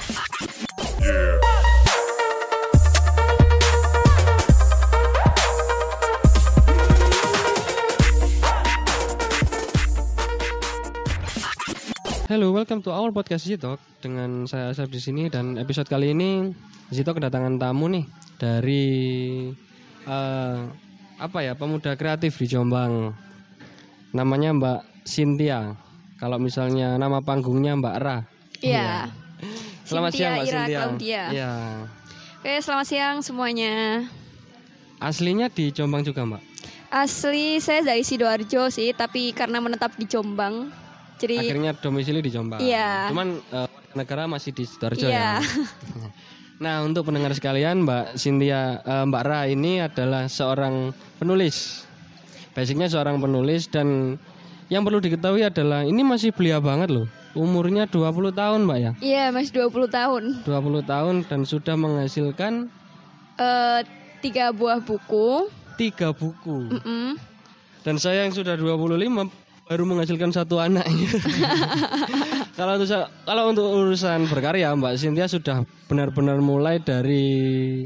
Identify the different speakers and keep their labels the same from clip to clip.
Speaker 1: Hello, welcome to our podcast Zitok. Dengan saya Asep di sini dan episode kali ini Zitok kedatangan tamu nih dari pemuda kreatif di Jombang. Namanya Mbak Cynthia. Kalau misalnya nama panggungnya Mbak Ra.
Speaker 2: Iya.
Speaker 1: Selamat siang Mbak Cynthia.
Speaker 2: Iya. Oke, selamat siang semuanya.
Speaker 1: Aslinya di Jombang juga, Mbak?
Speaker 2: Asli saya dari Sidoarjo sih, tapi karena menetap di Jombang. Jadi
Speaker 1: akhirnya domisili di Jombang.
Speaker 2: Iya.
Speaker 1: Cuman negara masih di Sidoarjo
Speaker 2: ya.
Speaker 1: Nah, untuk pendengar sekalian, Mbak Cynthia, Mbak Ra ini adalah seorang penulis. Basicnya seorang penulis, dan yang perlu diketahui adalah ini masih belia banget loh. Umurnya 20 tahun, Mbak ya?
Speaker 2: Iya, masih 20 tahun.
Speaker 1: 20 tahun dan sudah menghasilkan
Speaker 2: 3 buah buku.
Speaker 1: 3 buku. Dan saya yang sudah 25 baru menghasilkan 1 anak. Kalau untuk urusan berkarya, Mbak Cynthia sudah benar-benar mulai dari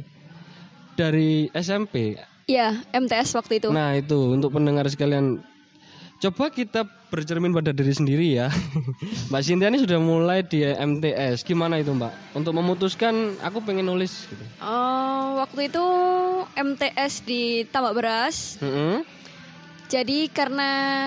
Speaker 1: SMP.
Speaker 2: Iya, MTS waktu itu.
Speaker 1: Nah, itu untuk pendengar sekalian, coba kita bercermin pada diri sendiri ya. Mbak Cynthia ini sudah mulai di MTS. Gimana itu, Mbak? Untuk memutuskan aku pengen nulis gitu.
Speaker 2: Waktu itu MTS di Tambak Beras. Jadi karena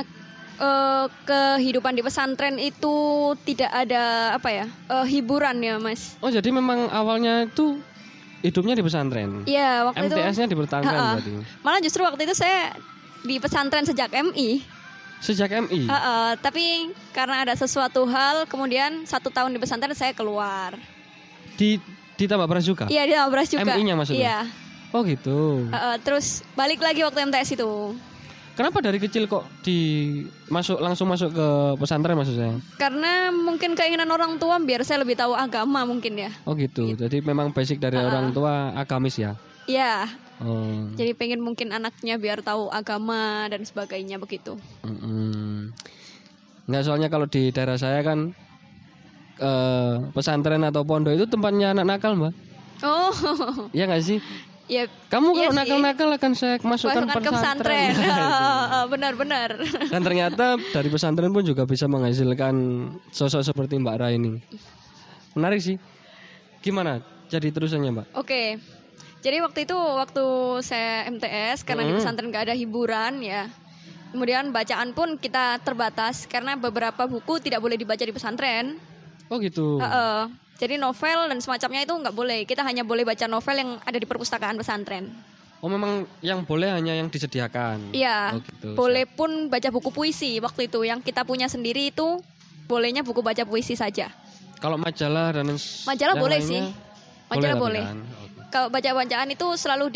Speaker 2: kehidupan di pesantren itu tidak ada hiburan ya, Mas. Oh,
Speaker 1: jadi memang awalnya itu hidupnya di pesantren.
Speaker 2: Iya, waktu itu
Speaker 1: MTS-nya di pertanian berarti.
Speaker 2: Malah justru waktu itu saya di pesantren sejak MI.
Speaker 1: Sejak MI.
Speaker 2: Tapi karena ada sesuatu hal, kemudian 1 tahun di pesantren saya keluar.
Speaker 1: Di Tambak Beras juga?
Speaker 2: Iya, di Tambak Beras juga.
Speaker 1: MI-nya maksudnya?
Speaker 2: Iya.
Speaker 1: Oh gitu.
Speaker 2: Terus balik lagi waktu MTS itu.
Speaker 1: Kenapa dari kecil kok langsung masuk ke pesantren maksud saya?
Speaker 2: Karena mungkin keinginan orang tua biar saya lebih tahu agama mungkin ya.
Speaker 1: Oh gitu. Jadi memang basic dari orang tua agamis ya?
Speaker 2: Iya. Jadi pengen mungkin anaknya biar tahu agama dan sebagainya begitu.
Speaker 1: Nggak, soalnya kalau di daerah saya kan pesantren atau pondok itu tempatnya anak nakal, Mbak. Oh. Iya nggak sih?
Speaker 2: Ya,
Speaker 1: kamu kalau nakal-nakal akan saya masukkan
Speaker 2: ke pesantren. Benar-benar.
Speaker 1: Dan ternyata dari pesantren pun juga bisa menghasilkan sosok seperti Mbak Ra ini. Menarik sih. Gimana jadi terusannya, Mbak?
Speaker 2: Oke. Jadi waktu saya MTS, karena di pesantren gak ada hiburan ya. Kemudian bacaan pun kita terbatas karena beberapa buku tidak boleh dibaca di pesantren.
Speaker 1: Oh gitu.
Speaker 2: Jadi novel dan semacamnya itu nggak boleh. Kita hanya boleh baca novel yang ada di perpustakaan pesantren.
Speaker 1: Oh, memang yang boleh hanya yang disediakan.
Speaker 2: Iya. Oh, gitu. Boleh pun baca buku puisi waktu itu. Yang kita punya sendiri itu bolehnya buku baca puisi saja.
Speaker 1: Kalau majalah dan
Speaker 2: majalah boleh sih. Majalah boleh.
Speaker 1: Kan?
Speaker 2: Kalau baca-bacaan itu selalu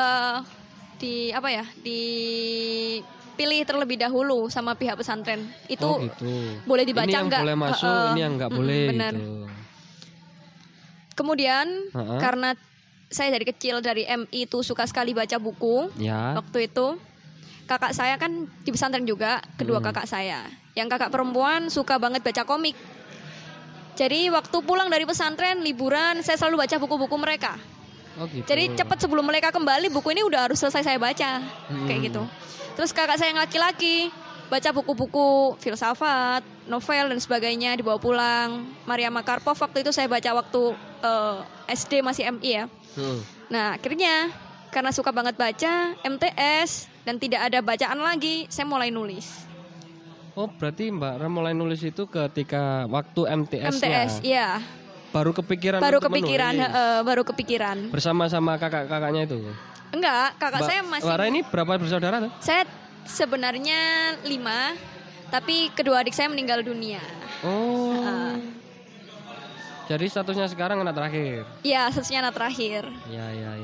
Speaker 2: dipilih terlebih dahulu sama pihak pesantren. Itu
Speaker 1: gitu.
Speaker 2: Boleh dibaca
Speaker 1: ini yang
Speaker 2: enggak?
Speaker 1: Boleh masuk, ini yang enggak boleh.
Speaker 2: Benar.
Speaker 1: Gitu.
Speaker 2: Kemudian karena saya dari kecil dari MI itu suka sekali baca buku. Ya. Waktu itu kakak saya kan di pesantren juga, kedua kakak saya. Yang kakak perempuan suka banget baca komik. Jadi waktu pulang dari pesantren liburan saya selalu baca buku-buku mereka. Oh gitu. Jadi cepat sebelum mereka kembali buku ini udah harus selesai saya baca. Kayak gitu. Terus kakak saya yang laki-laki baca buku-buku filsafat, novel dan sebagainya dibawa pulang. Maria Makarpov waktu itu saya baca waktu SD masih MI ya. Nah akhirnya karena suka banget baca MTS dan tidak ada bacaan lagi, saya mulai nulis.
Speaker 1: Oh berarti Mbak Ra mulai nulis itu ketika waktu MTS-nya?
Speaker 2: MTS, iya.
Speaker 1: Baru kepikiran
Speaker 2: baru kepikiran.
Speaker 1: Bersama-sama kakak-kakaknya itu?
Speaker 2: Enggak, kakak saya masih.
Speaker 1: Mbak Ra ini berapa bersaudara tuh?
Speaker 2: Saya sebenarnya 5, tapi kedua adik saya meninggal dunia.
Speaker 1: Oh. Jadi statusnya sekarang anak terakhir?
Speaker 2: Iya, statusnya anak terakhir.
Speaker 1: Ya.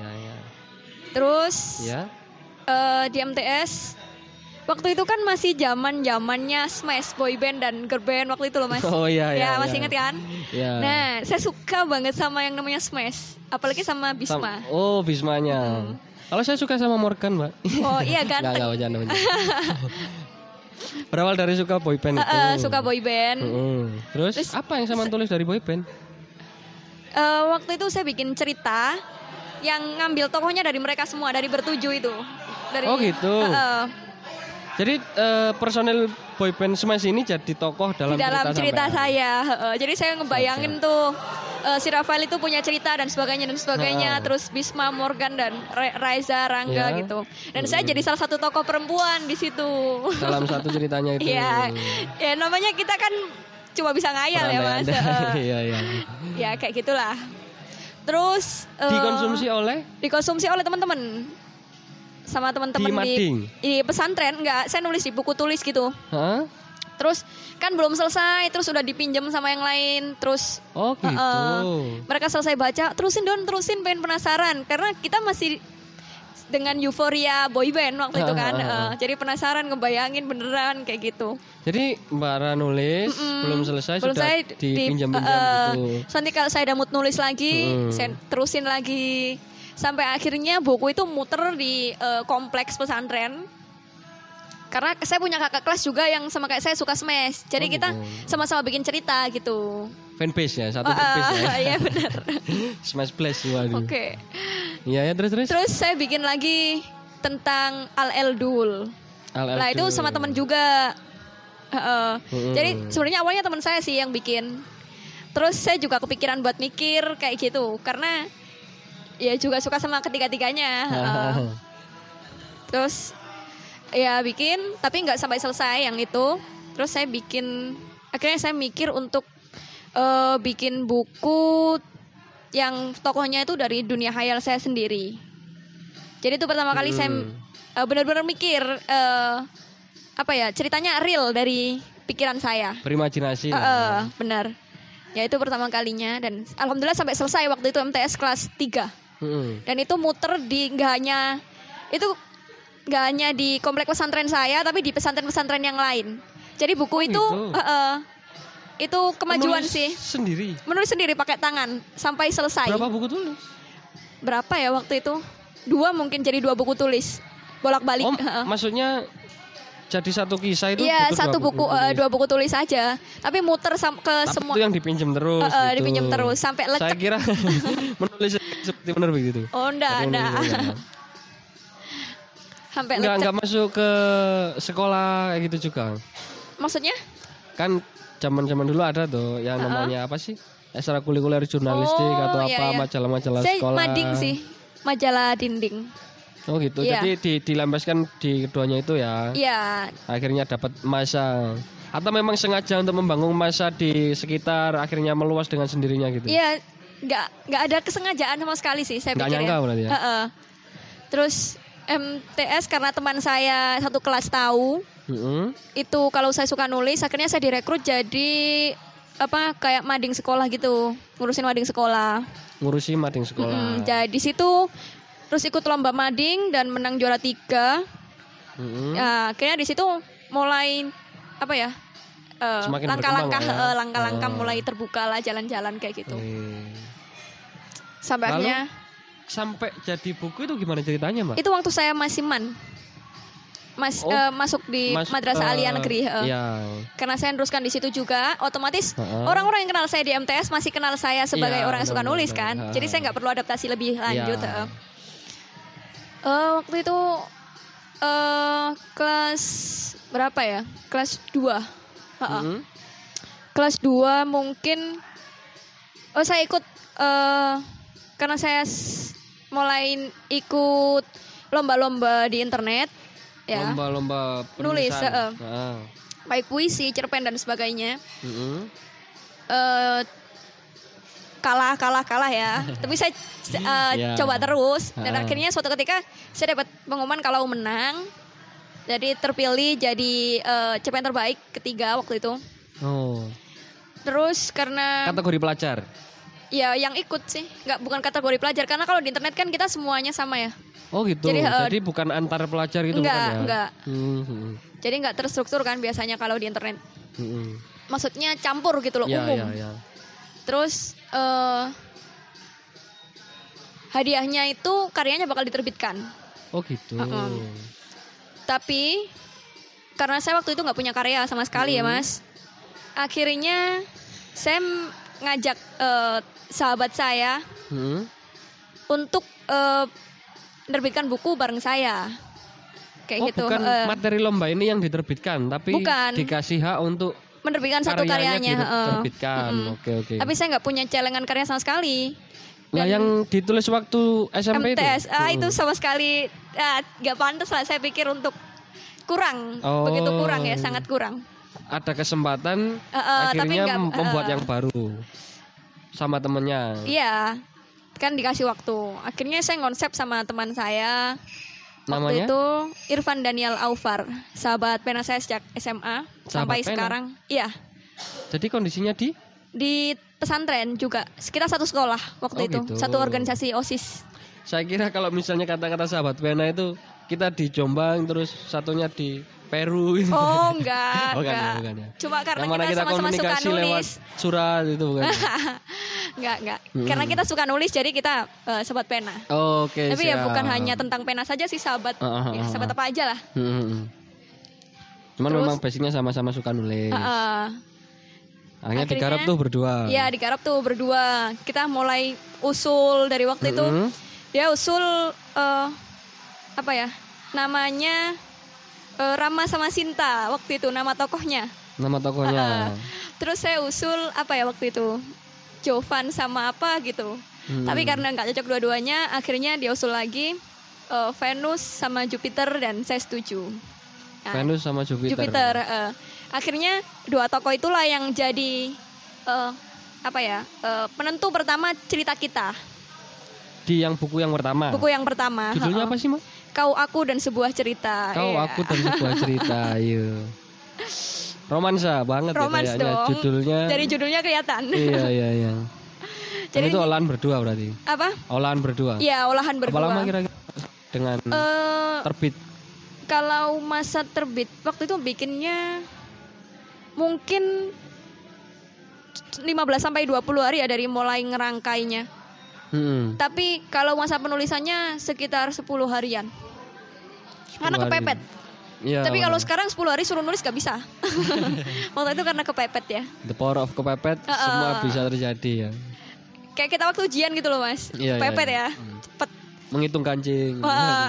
Speaker 2: Terus
Speaker 1: ya?
Speaker 2: Di MTS waktu itu kan masih zamannya Smash, boyband dan girlband waktu itu loh, Mas.
Speaker 1: Oh iya.
Speaker 2: Ya, masih ingat kan?
Speaker 1: Iya.
Speaker 2: Nah, saya suka banget sama yang namanya Smash, apalagi sama Bisma.
Speaker 1: Bismanya. Kalau saya suka sama Morgan, Mbak.
Speaker 2: Oh iya kan?
Speaker 1: Enggak bercanda. Berawal dari suka boyband itu.
Speaker 2: Suka boyband.
Speaker 1: Terus apa yang sama tulis dari boyband?
Speaker 2: Waktu itu saya bikin cerita yang ngambil tokohnya dari mereka semua, dari bertujuh itu.
Speaker 1: Oh gitu. Jadi personel boyband Smash ini jadi tokoh dalam
Speaker 2: cerita saya. Jadi saya ngebayangin tuh si Rafael itu punya cerita dan sebagainya. Terus Bisma, Morgan dan Raiza, Rangga gitu. Dan saya jadi salah satu tokoh perempuan di situ.
Speaker 1: Dalam satu ceritanya itu.
Speaker 2: Iya. Ya namanya kita kan cuma bisa ngayal ya Mas.
Speaker 1: Iya.
Speaker 2: Ya kayak gitulah. Terus dikonsumsi oleh teman-teman. Sama teman-teman di pesantren. Enggak, saya nulis di buku tulis gitu. Terus kan belum selesai, terus udah dipinjam sama yang lain, terus mereka selesai baca, terusin pengen penasaran karena kita masih dengan euforia boyband waktu itu kan. Jadi penasaran ngebayangin beneran kayak gitu.
Speaker 1: Jadi Mbak Ra nulis belum selesai sudah dipinjam-pinjam gitu.
Speaker 2: Nanti kalau saya udah mood nulis lagi, saya terusin lagi sampai akhirnya buku itu muter di kompleks pesantren. Karena saya punya kakak kelas juga yang sama kayak saya suka Smash. Jadi kita sama-sama bikin cerita gitu.
Speaker 1: Fanbase ya, satu fanbase ya.
Speaker 2: Iya benar.
Speaker 1: Smash Place waduh.
Speaker 2: Oke.
Speaker 1: Iya ya terus.
Speaker 2: Terus saya bikin lagi tentang Al-Eldul. Lah itu sama teman juga. Jadi sebenarnya awalnya teman saya sih yang bikin. Terus saya juga kepikiran buat mikir kayak gitu karena ya juga suka sama ketiga-tiganya. Terus ya bikin tapi nggak sampai selesai yang itu. Terus saya akhirnya saya mikir untuk bikin buku yang tokohnya itu dari dunia khayal saya sendiri. Jadi itu pertama kali saya benar-benar mikir ceritanya real dari pikiran saya.
Speaker 1: Berimajinasi.
Speaker 2: Benar. Ya itu pertama kalinya dan alhamdulillah sampai selesai waktu itu MTS kelas 3. Dan itu muter di nggak hanya di komplek pesantren saya tapi di pesantren-pesantren yang lain. Jadi buku itu kemajuan menulis sendiri pakai tangan sampai selesai.
Speaker 1: Berapa buku tulis?
Speaker 2: Berapa ya waktu itu? 2 mungkin, jadi 2 buku tulis bolak-balik.
Speaker 1: Maksudnya jadi satu kisah itu?
Speaker 2: Iya, satu buku 2 buku tulis aja. Tapi muter ke semua.
Speaker 1: Itu yang dipinjam terus.
Speaker 2: Dipinjam terus sampai lecek.
Speaker 1: Saya kira menulis seperti benar begitu.
Speaker 2: Oh enggak. Sampai lecek.
Speaker 1: Enggak masuk ke sekolah kayak gitu juga.
Speaker 2: Maksudnya?
Speaker 1: Kan zaman-zaman dulu ada tuh yang namanya apa sih? Ekstrakurikuler jurnalistik atau majalah-majalah
Speaker 2: saya
Speaker 1: sekolah.
Speaker 2: Saya mading sih, majalah dinding.
Speaker 1: Oh gitu. Iya. Jadi dilambaskan di keduanya itu ya.
Speaker 2: Iya.
Speaker 1: Akhirnya dapat masa. Atau memang sengaja untuk membangun masa di sekitar akhirnya meluas dengan sendirinya gitu.
Speaker 2: Iya, enggak ada kesengajaan sama sekali sih saya pikir.
Speaker 1: Enggak nyangka berarti ya.
Speaker 2: Terus MTS karena teman saya satu kelas tahu. Itu kalau saya suka nulis, akhirnya saya direkrut jadi kayak mading sekolah gitu, ngurusin mading sekolah. Jadi situ terus ikut lomba mading dan menang juara 3. Ya, akhirnya di situ mulai langkah-langkah mulai terbuka lah jalan-jalan kayak gitu. Sampai akhirnya
Speaker 1: sampai jadi buku itu gimana ceritanya, Mbak?
Speaker 2: Itu waktu saya masih masuk di Madrasah Aliyah Negeri. Karena saya neruskan di situ juga, otomatis orang-orang yang kenal saya di MTS masih kenal saya sebagai orang yang suka nulis kan. Jadi saya nggak perlu adaptasi lebih lanjut. Waktu itu kelas berapa ya? Kelas 2. Kelas 2 mungkin. Saya ikut karena saya mulai ikut lomba-lomba di internet. Ya.
Speaker 1: Lomba-lomba
Speaker 2: nulis, baik puisi, cerpen dan sebagainya. Kalah ya. Tapi saya coba terus dan akhirnya suatu ketika saya dapat pengumuman kalau menang. Jadi terpilih jadi cerpen terbaik ketiga waktu itu. Terus karena
Speaker 1: kategori pelajar.
Speaker 2: Ya yang ikut sih, bukan kategori pelajar karena kalau di internet kan kita semuanya sama ya.
Speaker 1: Oh gitu. Jadi bukan antar pelajar gitu bukan ya?
Speaker 2: Enggak. Jadi enggak terstruktur kan biasanya kalau di internet. Maksudnya campur gitu loh, umum.
Speaker 1: Iya.
Speaker 2: Terus hadiahnya itu karyanya bakal diterbitkan.
Speaker 1: Oh gitu.
Speaker 2: Tapi karena saya waktu itu nggak punya karya sama sekali ya Mas. Akhirnya saya ngajak sahabat saya untuk menerbitkan buku bareng saya. Kayak gitu.
Speaker 1: Bukan materi lomba ini yang diterbitkan, tapi
Speaker 2: bukan.
Speaker 1: Dikasih hak untuk
Speaker 2: menerbitkan satu karyanya.
Speaker 1: Diterbitkan. Oke.
Speaker 2: Tapi saya nggak punya celengan karya sama sekali.
Speaker 1: Nah, yang ditulis waktu SMP
Speaker 2: MTS,
Speaker 1: itu?
Speaker 2: itu sama sekali nggak pantas lah. Saya pikir untuk kurang, begitu kurang ya, sangat kurang.
Speaker 1: Ada kesempatan akhirnya
Speaker 2: tapi
Speaker 1: membuat yang baru sama temennya.
Speaker 2: Iya, kan dikasih waktu. Akhirnya saya ngonsep sama teman saya.
Speaker 1: Namanya?
Speaker 2: Waktu itu Irfan Daniel Aufar, sahabat pena saya sejak SMA sampai sekarang. Iya.
Speaker 1: Jadi kondisinya
Speaker 2: di pesantren juga. Kita satu sekolah waktu itu,
Speaker 1: gitu.
Speaker 2: Satu organisasi OSIS.
Speaker 1: Saya kira kalau misalnya kata-kata sahabat pena itu kita di Jombang terus satunya di Peru.
Speaker 2: Oh enggak.
Speaker 1: Bukan ya.
Speaker 2: Cuma karena
Speaker 1: kita
Speaker 2: sama-sama suka nulis
Speaker 1: lewat surat itu bukan.
Speaker 2: Enggak. Karena kita suka nulis jadi kita sahabat pena.
Speaker 1: Oke.
Speaker 2: Tapi ya bukan hanya tentang pena saja sih sahabat. Ya, sahabat apa aja lah.
Speaker 1: Cuman memang basicnya sama-sama suka nulis. Akhirnya digarap tuh berdua.
Speaker 2: Iya, digarap tuh berdua. Kita mulai usul dari waktu itu. Dia usul apa ya? Namanya Rama sama Sinta waktu itu nama tokohnya.
Speaker 1: Nama tokohnya.
Speaker 2: Terus saya usul apa ya waktu itu? Jovan sama apa gitu. Tapi karena nggak cocok dua-duanya, akhirnya dia usul lagi Venus sama Jupiter dan saya setuju. Nah,
Speaker 1: Venus sama Jupiter.
Speaker 2: Akhirnya dua tokoh itulah yang jadi penentu pertama cerita kita.
Speaker 1: Di yang buku yang pertama.
Speaker 2: Buku yang pertama.
Speaker 1: Judulnya apa sih, Ma?
Speaker 2: Kau, Aku dan Sebuah Cerita.
Speaker 1: Aku dan Sebuah Cerita. Iya. Romansa banget
Speaker 2: Romans
Speaker 1: ya kayaknya
Speaker 2: dong.
Speaker 1: judulnya.
Speaker 2: Dari judulnya kelihatan.
Speaker 1: Iya. Jadi itu olahan berdua berarti.
Speaker 2: Apa?
Speaker 1: Olahan berdua.
Speaker 2: Iya, olahan berdua.
Speaker 1: Apa lama kira-kira dengan terbit?
Speaker 2: Kalau masa terbit waktu itu bikinnya mungkin 15 sampai 20 hari ya dari mulai ngerangkainya. Tapi kalau masa penulisannya sekitar 10 harian. Karena kepepet.
Speaker 1: Ya,
Speaker 2: tapi kalau sekarang 10 hari suruh nulis gak bisa. Waktu itu karena kepepet ya.
Speaker 1: The power of kepepet semua bisa terjadi ya.
Speaker 2: Kayak kita waktu ujian gitu loh Mas. Kepepet ya. Cepet.
Speaker 1: Menghitung kancing.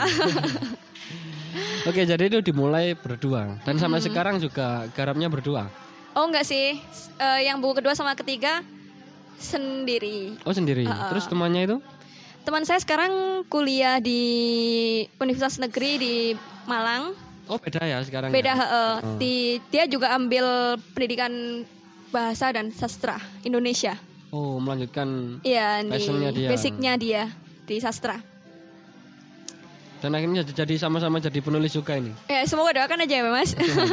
Speaker 1: Oke, jadi itu dimulai berdua. Dan sampai sekarang juga garapnya berdua.
Speaker 2: Oh enggak sih. Yang buku kedua sama ketiga sendiri.
Speaker 1: Oh sendiri. Terus temannya itu?
Speaker 2: Teman saya sekarang kuliah di Universitas Negeri di Malang.
Speaker 1: Oh beda ya sekarang.
Speaker 2: Beda.
Speaker 1: Ya?
Speaker 2: Dia juga ambil pendidikan bahasa dan sastra Indonesia.
Speaker 1: Oh melanjutkan.
Speaker 2: Iya,
Speaker 1: basicnya
Speaker 2: dia di sastra.
Speaker 1: Dan akhirnya jadi sama-sama jadi penulis juga ini.
Speaker 2: Ya semoga doakan aja ya Mas.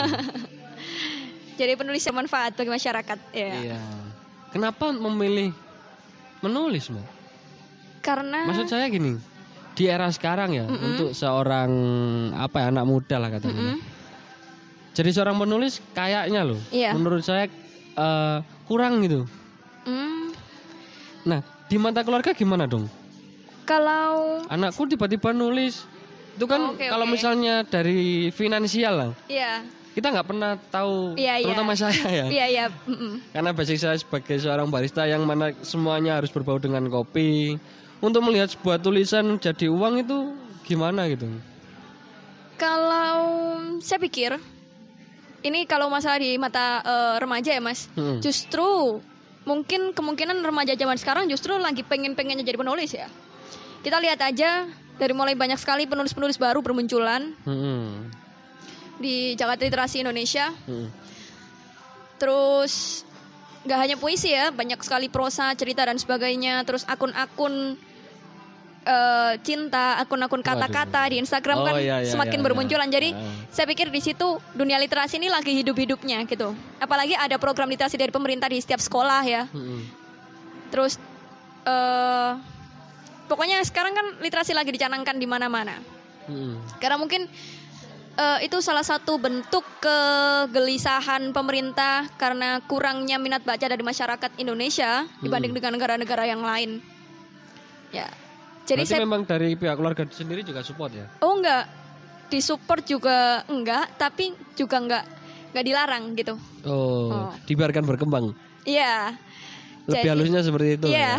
Speaker 2: Jadi penulis yang manfaat bagi masyarakat.
Speaker 1: Iya. Kenapa memilih menulis, Mbak?
Speaker 2: Karena
Speaker 1: maksud saya gini, di era sekarang ya, untuk seorang anak muda lah katanya. Jadi seorang penulis kayaknya loh, menurut saya kurang gitu. Nah, di mata keluarga gimana dong?
Speaker 2: Kalau
Speaker 1: anakku tiba-tiba nulis, itu kan kalau misalnya dari finansial lah.
Speaker 2: Iya.
Speaker 1: Kita nggak pernah tahu, terutama saya ya.
Speaker 2: Iya.
Speaker 1: Karena basic saya sebagai seorang barista yang mana semuanya harus berbau dengan kopi. Untuk melihat sebuah tulisan jadi uang itu gimana gitu?
Speaker 2: Kalau saya pikir, ini kalau masalah di mata remaja ya Mas, justru mungkin kemungkinan remaja zaman sekarang justru lagi pengen-pengennya jadi penulis ya. Kita lihat aja dari mulai banyak sekali penulis-penulis baru bermunculan. Di Jakarta Literasi Indonesia. Terus gak hanya puisi ya, banyak sekali prosa, cerita dan sebagainya. Terus akun-akun cinta, akun-akun kata-kata di Instagram semakin bermunculan. Jadi saya pikir di situ dunia literasi ini lagi hidup-hidupnya gitu. Apalagi ada program literasi dari pemerintah di setiap sekolah ya. Terus pokoknya sekarang kan literasi lagi dicanangkan di mana-mana. Karena mungkin itu salah satu bentuk kegelisahan pemerintah karena kurangnya minat baca dari masyarakat Indonesia dibanding dengan negara-negara yang lain. Ya. Jadi
Speaker 1: berarti memang dari pihak keluarga sendiri juga support ya?
Speaker 2: Oh enggak. Disupport juga enggak, tapi juga enggak dilarang gitu.
Speaker 1: Oh. Dibiarkan berkembang.
Speaker 2: Iya.
Speaker 1: Lebih halusnya seperti itu.
Speaker 2: Iya.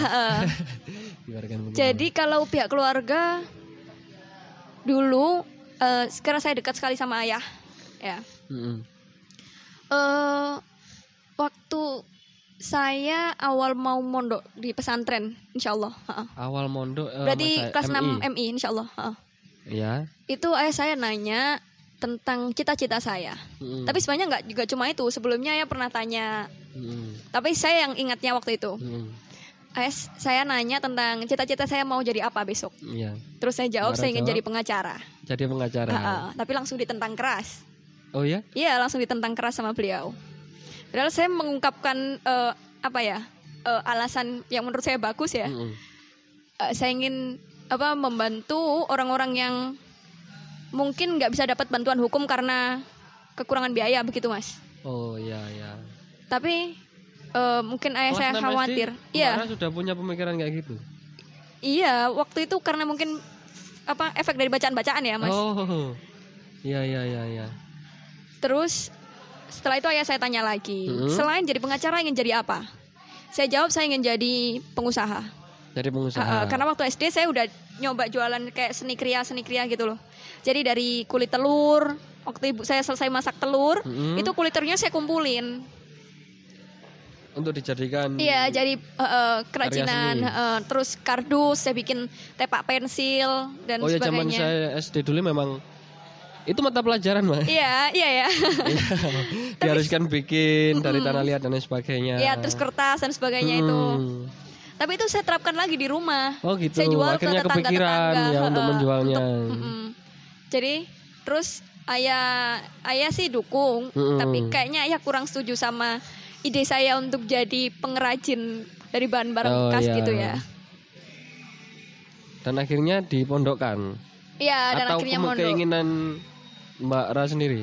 Speaker 2: Jadi kalau pihak keluarga dulu, sekarang saya dekat sekali sama ayah, ya. Waktu saya awal mau mondok di pesantren, insyaallah.
Speaker 1: Awal mondok.
Speaker 2: Berarti kelas 6 MI, insyaallah.
Speaker 1: Iya.
Speaker 2: Itu ayah saya nanya tentang cita-cita saya. Tapi sebenarnya nggak cuma itu. Sebelumnya ya pernah tanya. Tapi saya yang ingatnya waktu itu. Saya nanya tentang cita-cita saya mau jadi apa besok.
Speaker 1: Iya.
Speaker 2: Terus saya jawab saya ingin jadi pengacara.
Speaker 1: Jadi pengacara.
Speaker 2: Tapi langsung ditentang keras.
Speaker 1: Oh ya?
Speaker 2: Iya, langsung ditentang keras sama beliau. Padahal saya mengungkapkan alasan yang menurut saya bagus ya. Saya ingin membantu orang-orang yang mungkin nggak bisa dapat bantuan hukum karena kekurangan biaya, begitu Mas.
Speaker 1: Oh iya ya.
Speaker 2: Tapi mungkin ayah saya khawatir.
Speaker 1: Iya. Karena sudah punya pemikiran kayak gitu.
Speaker 2: Iya, waktu itu karena mungkin efek dari bacaan-bacaan ya Mas.
Speaker 1: Oh. Iya.
Speaker 2: Terus setelah itu ayah saya tanya lagi, selain jadi pengacara ingin jadi apa? Saya jawab saya ingin jadi pengusaha.
Speaker 1: Jadi pengusaha.
Speaker 2: Karena waktu SD saya udah nyoba jualan kayak seni kriya gitu loh. Jadi dari kulit telur, waktu ibu saya selesai masak telur, itu kulit telurnya saya kumpulin.
Speaker 1: Untuk dijadikan.
Speaker 2: Iya, jadi kerajinan. Terus kardus, saya bikin tepak pensil dan sebagainya.
Speaker 1: Oh ya, zaman saya SD dulu memang itu mata pelajaran, Mas.
Speaker 2: Iya.
Speaker 1: Diharuskan bikin dari tanah liat dan lain sebagainya.
Speaker 2: Iya, terus kertas dan sebagainya itu. Tapi itu saya terapkan lagi di rumah.
Speaker 1: Oh gitu.
Speaker 2: Saya jual
Speaker 1: akhirnya
Speaker 2: ke
Speaker 1: kepikiran ya untuk menjualnya.
Speaker 2: Jadi terus ayah sih dukung, tapi kayaknya ayah kurang setuju sama ide saya untuk jadi pengrajin dari bahan-bahan bekas gitu ya.
Speaker 1: Dan akhirnya dipondokkan.
Speaker 2: Iya, dan
Speaker 1: atau
Speaker 2: akhirnya mondok.
Speaker 1: Keinginan Mbak Ra sendiri?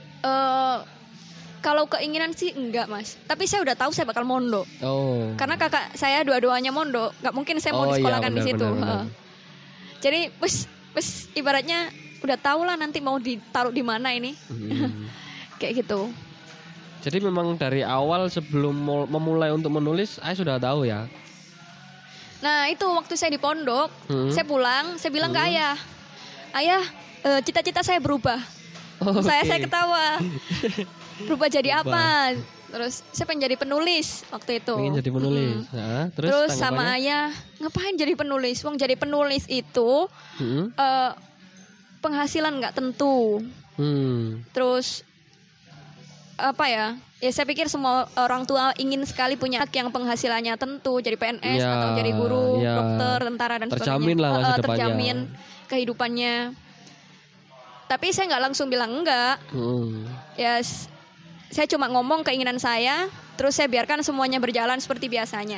Speaker 2: Kalau keinginan sih enggak Mas. Tapi saya udah tahu saya bakal mondok.
Speaker 1: Oh.
Speaker 2: Karena kakak saya dua-duanya mondok, nggak mungkin saya mau disekolahkan di situ.
Speaker 1: Benar.
Speaker 2: Jadi wes ibaratnya udah tahu lah nanti mau ditaruh di mana ini. Kayak gitu.
Speaker 1: Jadi memang dari awal sebelum memulai untuk menulis, saya sudah tahu ya.
Speaker 2: Nah itu waktu saya di pondok, saya pulang, saya bilang ke ayah, cita-cita saya berubah. Saya ketawa. Berubah jadi apa? Terus saya pengen jadi penulis waktu itu.
Speaker 1: Pengen jadi penulis. Nah,
Speaker 2: terus sama ayah, ngapain jadi penulis? Wong jadi penulis itu penghasilan nggak tentu. Terus ya saya pikir semua orang tua ingin sekali punya anak yang penghasilannya tentu, jadi PNS atau jadi guru, dokter, tentara dan
Speaker 1: terjamin
Speaker 2: sebagainya.
Speaker 1: Lah masa depannya.
Speaker 2: Terjamin kehidupannya. Tapi saya nggak langsung bilang enggak. Ya saya cuma ngomong keinginan saya, terus saya biarkan semuanya berjalan seperti biasanya.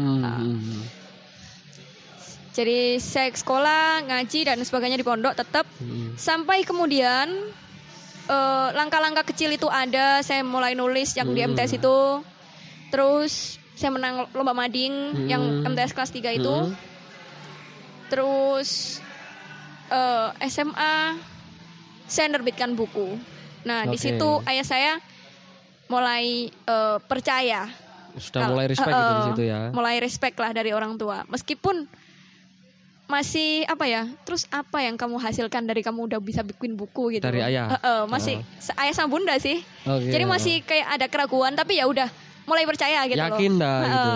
Speaker 2: Jadi saya sekolah, ngaji dan sebagainya di pondok tetap. Sampai kemudian langkah-langkah kecil itu ada, saya mulai nulis yang di MTS itu. Terus saya menang lomba mading yang MTS kelas 3 itu. Terus SMA saya nerbitkan buku. Nah, di situ ayah saya mulai percaya.
Speaker 1: Sudah mulai respect gitu di situ ya.
Speaker 2: Mulai respect lah dari orang tua. Meskipun masih terus apa yang kamu hasilkan dari kamu udah bisa bikin buku gitu.
Speaker 1: Dari ayah.
Speaker 2: Masih ayah sama bunda sih. Jadi masih kayak ada keraguan, tapi ya udah mulai percaya gitu.
Speaker 1: Yakin dah gitu.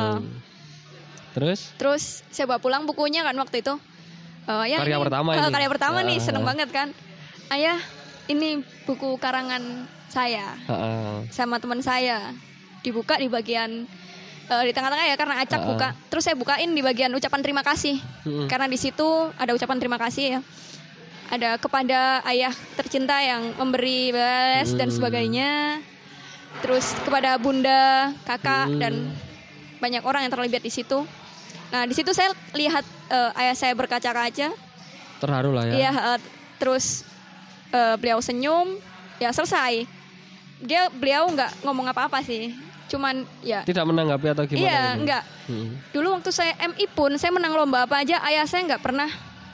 Speaker 2: Terus saya bawa pulang bukunya kan waktu itu.
Speaker 1: Karya pertama ini.
Speaker 2: Karya pertama nih, seneng banget kan. Ayah, ini buku karangan saya. Sama teman saya. Dibuka di bagian di tengah-tengah ya karena acak buka. Terus saya bukain di bagian ucapan terima kasih. Karena di situ ada ucapan terima kasih ya. Ada kepada ayah tercinta yang memberi belas dan sebagainya. Terus kepada bunda, kakak dan banyak orang yang terlibat di situ. Nah, di situ saya lihat ayah saya berkaca-kaca.
Speaker 1: Terharu lah ya.
Speaker 2: Iya, terus beliau senyum, ya selesai. Beliau nggak ngomong apa-apa sih. Cuman ya
Speaker 1: tidak menanggapi atau gimana?
Speaker 2: Iya, enggak. Dulu waktu saya MI pun saya menang lomba apa aja, ayah saya nggak pernah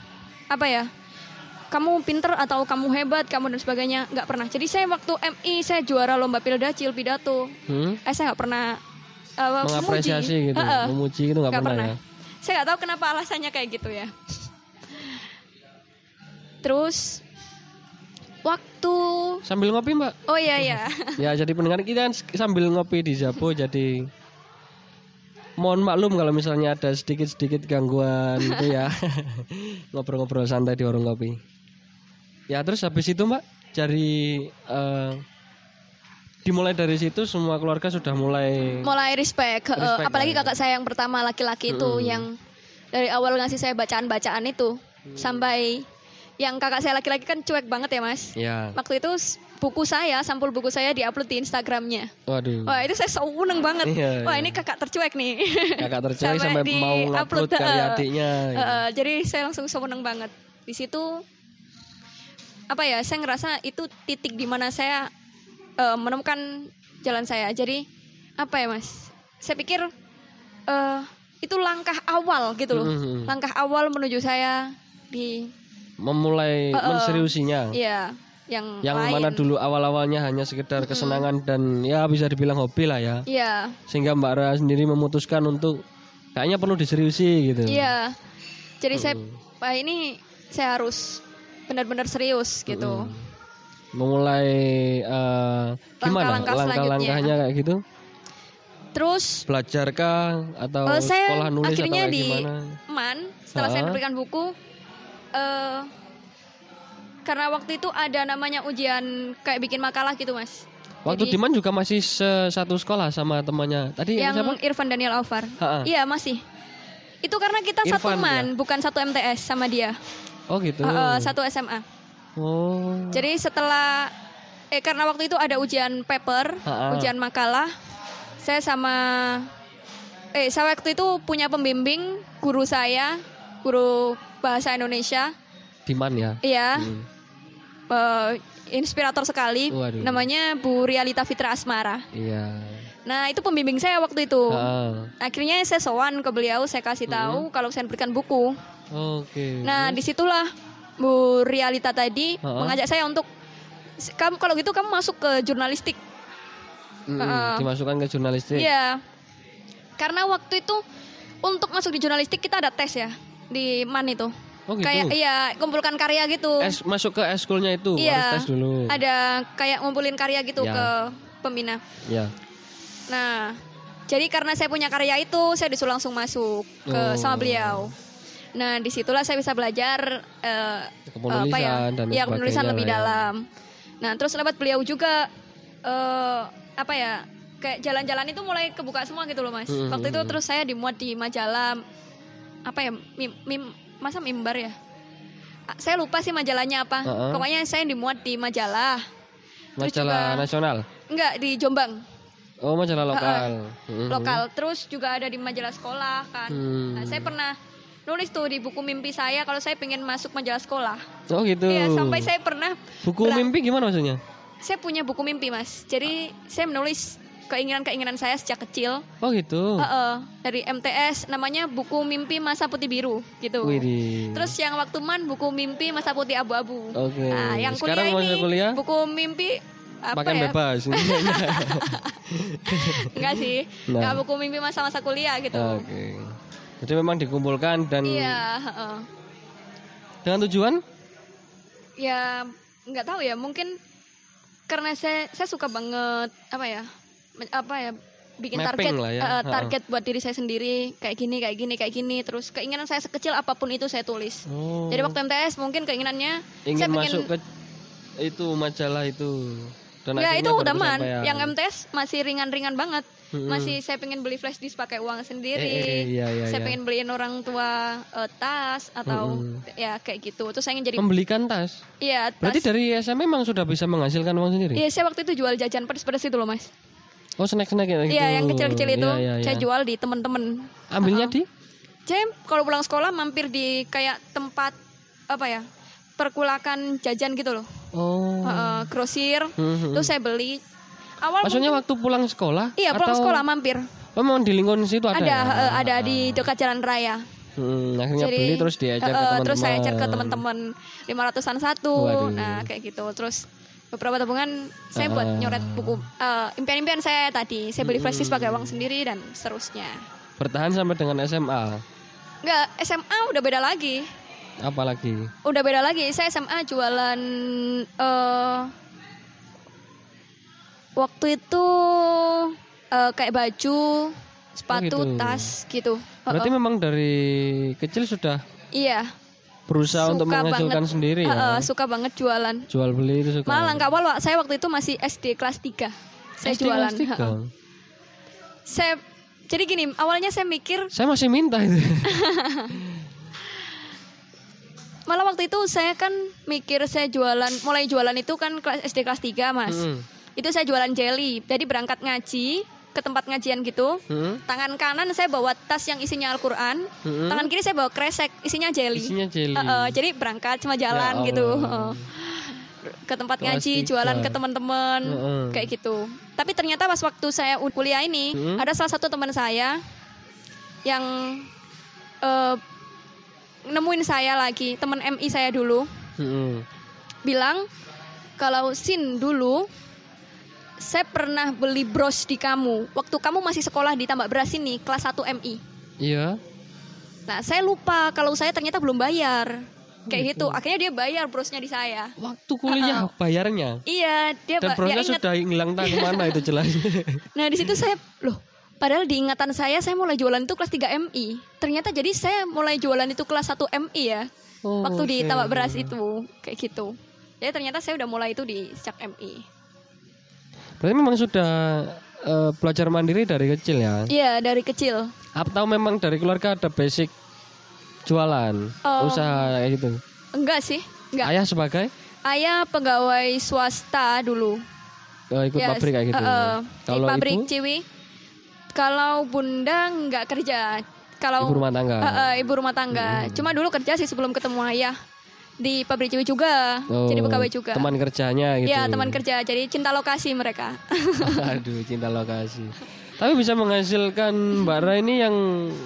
Speaker 2: kamu pinter atau kamu hebat, kamu dan sebagainya, nggak pernah. Jadi saya waktu MI saya juara lomba Pilda Cil Pidato. Saya nggak pernah
Speaker 1: mengapresiasi gitu, memuji itu nggak pernah ya.
Speaker 2: Saya nggak tahu kenapa alasannya kayak gitu ya. Terus waktu
Speaker 1: sambil ngopi Mbak.
Speaker 2: Oh iya.
Speaker 1: Ya jadi pendengar kita sambil ngopi di Zapo, jadi mohon maklum kalau misalnya ada sedikit gangguan gitu ya. Ngobrol-ngobrol santai di warung kopi. Ya terus habis itu Mbak, dimulai dari situ semua keluarga sudah mulai
Speaker 2: respect apalagi kakak saya yang pertama laki-laki itu yang dari awal ngasih saya bacaan-bacaan itu sampai yang kakak saya laki-laki kan cuek banget ya Mas.
Speaker 1: Ya.
Speaker 2: Waktu itu sampul buku saya diupload di Instagramnya.
Speaker 1: Waduh.
Speaker 2: Wah itu saya seneng banget.
Speaker 1: Iya.
Speaker 2: Wah ini kakak tercuek nih.
Speaker 1: Kakak tercuek sampai mau ngupload karya adiknya.
Speaker 2: Jadi saya langsung seneng banget. Di situ saya ngerasa itu titik di mana saya menemukan jalan saya. Jadi Mas? Saya pikir itu langkah awal gitu loh. Langkah awal menuju saya di
Speaker 1: memulai menseriusinya.
Speaker 2: Iya, yang lain.
Speaker 1: Mana dulu awal-awalnya hanya sekedar kesenangan dan ya bisa dibilang hobi lah ya.
Speaker 2: Iya.
Speaker 1: Sehingga Mbak Ra sendiri memutuskan untuk kayaknya perlu diseriusi gitu.
Speaker 2: Iya. Jadi ini saya harus benar-benar serius gitu.
Speaker 1: Memulai gimana langkah-langkahnya kayak gitu?
Speaker 2: Terus
Speaker 1: belajarkah atau sekolah nulis
Speaker 2: akhirnya
Speaker 1: atau
Speaker 2: di
Speaker 1: gimana?
Speaker 2: Setelah saya memberikan buku, karena waktu itu ada namanya ujian kayak bikin makalah gitu Mas.
Speaker 1: Waktu Diman juga masih satu sekolah sama temannya tadi
Speaker 2: yang
Speaker 1: siapa?
Speaker 2: Irfan Daniel Alvar. Iya masih. Itu karena kita Irfan, satu MAN ya? Bukan satu MTS sama dia.
Speaker 1: Oh gitu.
Speaker 2: Satu SMA.
Speaker 1: Oh.
Speaker 2: Jadi setelah karena waktu itu ada ujian paper, ujian makalah, saya waktu itu punya pembimbing guru bahasa Indonesia.
Speaker 1: Diman ya?
Speaker 2: Iya. Inspirator sekali.
Speaker 1: Waduh.
Speaker 2: Namanya Bu Rialita Fitra Asmara.
Speaker 1: Iya.
Speaker 2: Nah itu pembimbing saya waktu itu. Akhirnya saya sowan ke beliau, saya kasih tahu kalau saya berikan buku.
Speaker 1: Oke.
Speaker 2: Nah disitulah Bu Rialita tadi mengajak saya untuk kalau gitu kamu masuk ke jurnalistik.
Speaker 1: Dimasukkan ke jurnalistik.
Speaker 2: Iya. Karena waktu itu untuk masuk di jurnalistik kita ada tes ya di MAN itu.
Speaker 1: Oh gitu.
Speaker 2: Kayak kumpulkan karya gitu.
Speaker 1: Masuk ke eskulnya itu harus tes dulu.
Speaker 2: Ada kayak ngumpulin karya gitu ke pembina.
Speaker 1: Iya.
Speaker 2: Nah, jadi karena saya punya karya itu saya disuruh langsung masuk sama beliau. Nah, disitulah saya bisa belajar penulisan lebih dalam. Nah, terus lewat beliau juga kayak jalan-jalan itu mulai kebuka semua gitu loh Mas. Waktu itu terus saya dimuat di majalah masa Mimbar ya? Saya lupa sih majalahnya apa. Pokoknya saya dimuat di majalah.
Speaker 1: Majalah nasional?
Speaker 2: Enggak, di Jombang.
Speaker 1: Oh, majalah lokal.
Speaker 2: Lokal. Terus juga ada di majalah sekolah kan. Nah, saya pernah nulis tuh di buku mimpi saya kalau saya pengen masuk majalah sekolah.
Speaker 1: Oh gitu.
Speaker 2: Iya, sampai saya pernah.
Speaker 1: Buku mimpi gimana maksudnya?
Speaker 2: Saya punya buku mimpi Mas. Jadi saya menulis keinginan-keinginan saya sejak kecil.
Speaker 1: Oh gitu.
Speaker 2: Dari MTS namanya buku mimpi masa putih biru gitu.
Speaker 1: Widih.
Speaker 2: Terus yang waktu MAN buku mimpi masa putih abu-abu.
Speaker 1: Oke.
Speaker 2: Nah, yang
Speaker 1: sekarang
Speaker 2: kuliah ini buku mimpi
Speaker 1: pakai bebas.
Speaker 2: Enggak sih. Enggak buku mimpi masa-masa kuliah gitu.
Speaker 1: Oke. Jadi memang dikumpulkan dan dengan tujuan?
Speaker 2: Ya nggak tahu ya, mungkin karena saya suka banget bikin
Speaker 1: mapping
Speaker 2: target buat diri saya sendiri kayak gini terus keinginan saya sekecil apapun itu saya tulis. Jadi waktu MTS mungkin keinginannya
Speaker 1: ingin
Speaker 2: saya
Speaker 1: masuk ke itu majalah itu. Dan
Speaker 2: ya itu udah MAN. Yang MTS masih ringan-ringan banget. Masih saya pengen beli flash disk pakai uang sendiri. Saya pengen beliin orang tua tas atau ya kayak gitu. Terus saya ingin jadi
Speaker 1: membelikan tas.
Speaker 2: Iya, tas.
Speaker 1: Berarti dari SMA memang sudah bisa menghasilkan uang sendiri?
Speaker 2: Iya, saya waktu itu jual jajan pedas-pedas itu loh, Mas.
Speaker 1: Oh, snack-snack gitu.
Speaker 2: Iya, yang kecil-kecil itu saya jual di teman-teman.
Speaker 1: Ambilnya di?
Speaker 2: Saya kalau pulang sekolah mampir di kayak tempat perkulakan jajan gitu loh. Grosir. Terus saya beli.
Speaker 1: Maksudnya waktu pulang sekolah?
Speaker 2: Iya, pulang sekolah mampir.
Speaker 1: Memang di lingkungan situ ada?
Speaker 2: Ada di dekat jalan raya.
Speaker 1: Akhirnya beli terus diecer ke teman-teman.
Speaker 2: Terus saya ecer ke teman-teman 500-an satu. Nah kayak gitu. Terus beberapa tabungan saya buat nyoret buku impian-impian saya tadi. Saya beli flash disk pakai uang sendiri dan seterusnya.
Speaker 1: Bertahan sampai dengan SMA?
Speaker 2: Enggak, SMA udah beda lagi.
Speaker 1: Apa lagi?
Speaker 2: Udah beda lagi. Saya SMA jualan waktu itu kayak baju, sepatu,
Speaker 1: gitu.
Speaker 2: tas gitu.
Speaker 1: Berarti memang dari kecil sudah
Speaker 2: iya
Speaker 1: berusaha untuk menghasilkan sendiri ya?
Speaker 2: Suka banget jualan.
Speaker 1: Jual beli itu suka?
Speaker 2: Malah nggak awal, saya waktu itu masih SD kelas 3. Saya
Speaker 1: SD
Speaker 2: jualan.
Speaker 1: Kelas 3?
Speaker 2: Jadi gini, awalnya saya mikir
Speaker 1: saya masih minta itu.
Speaker 2: Malah waktu itu saya kan mikir saya mulai jualan itu kan SD kelas 3 Mas. Itu saya jualan jelly. Jadi berangkat ngaji ke tempat ngajian gitu. Tangan kanan saya bawa tas yang isinya Al-Quran. Tangan kiri saya bawa kresek isinya jelly. Jadi berangkat cuma jalan gitu. Ke tempat ngaji, jualan ke teman-teman kayak gitu. Tapi ternyata pas waktu saya kuliah ini ada salah satu teman saya yang nemuin saya lagi, teman MI saya dulu. Bilang kalau Sin dulu saya pernah beli bros di kamu waktu kamu masih sekolah di Tambak Beras ini kelas 1 MI.
Speaker 1: Iya.
Speaker 2: Nah, saya lupa kalau saya ternyata belum bayar. Kayak gitu. Akhirnya dia bayar brosnya di saya.
Speaker 1: Waktu kuliah bayarnya?
Speaker 2: Iya, dia
Speaker 1: dan brosnya sudah hilang tak kemana itu jelas.
Speaker 2: Nah, di situ saya padahal di ingatan saya mulai jualan itu kelas 3 MI. Ternyata jadi saya mulai jualan itu kelas 1 MI ya. Waktu di Tambak Beras itu kayak gitu. Jadi ternyata saya udah mulai itu di sejak MI.
Speaker 1: Berarti memang sudah belajar mandiri dari kecil ya?
Speaker 2: Iya, dari kecil.
Speaker 1: Atau memang dari keluarga ada basic jualan, usaha kayak gitu?
Speaker 2: Enggak sih, enggak.
Speaker 1: Ayah sebagai?
Speaker 2: Ayah pegawai swasta dulu.
Speaker 1: Ikut pabrik kayak gitu?
Speaker 2: Kalau di pabrik Ciwi. Kalau bunda enggak kerja. Kalau
Speaker 1: ibu rumah tangga?
Speaker 2: Ibu rumah tangga. Cuma dulu kerja sih sebelum ketemu ayah. Di pabrik Ciwi juga, jadi pegawai juga.
Speaker 1: Teman kerjanya gitu?
Speaker 2: Iya, teman kerja, jadi cinta lokasi mereka.
Speaker 1: Aduh, cinta lokasi. Tapi bisa menghasilkan Mbak Ra ini yang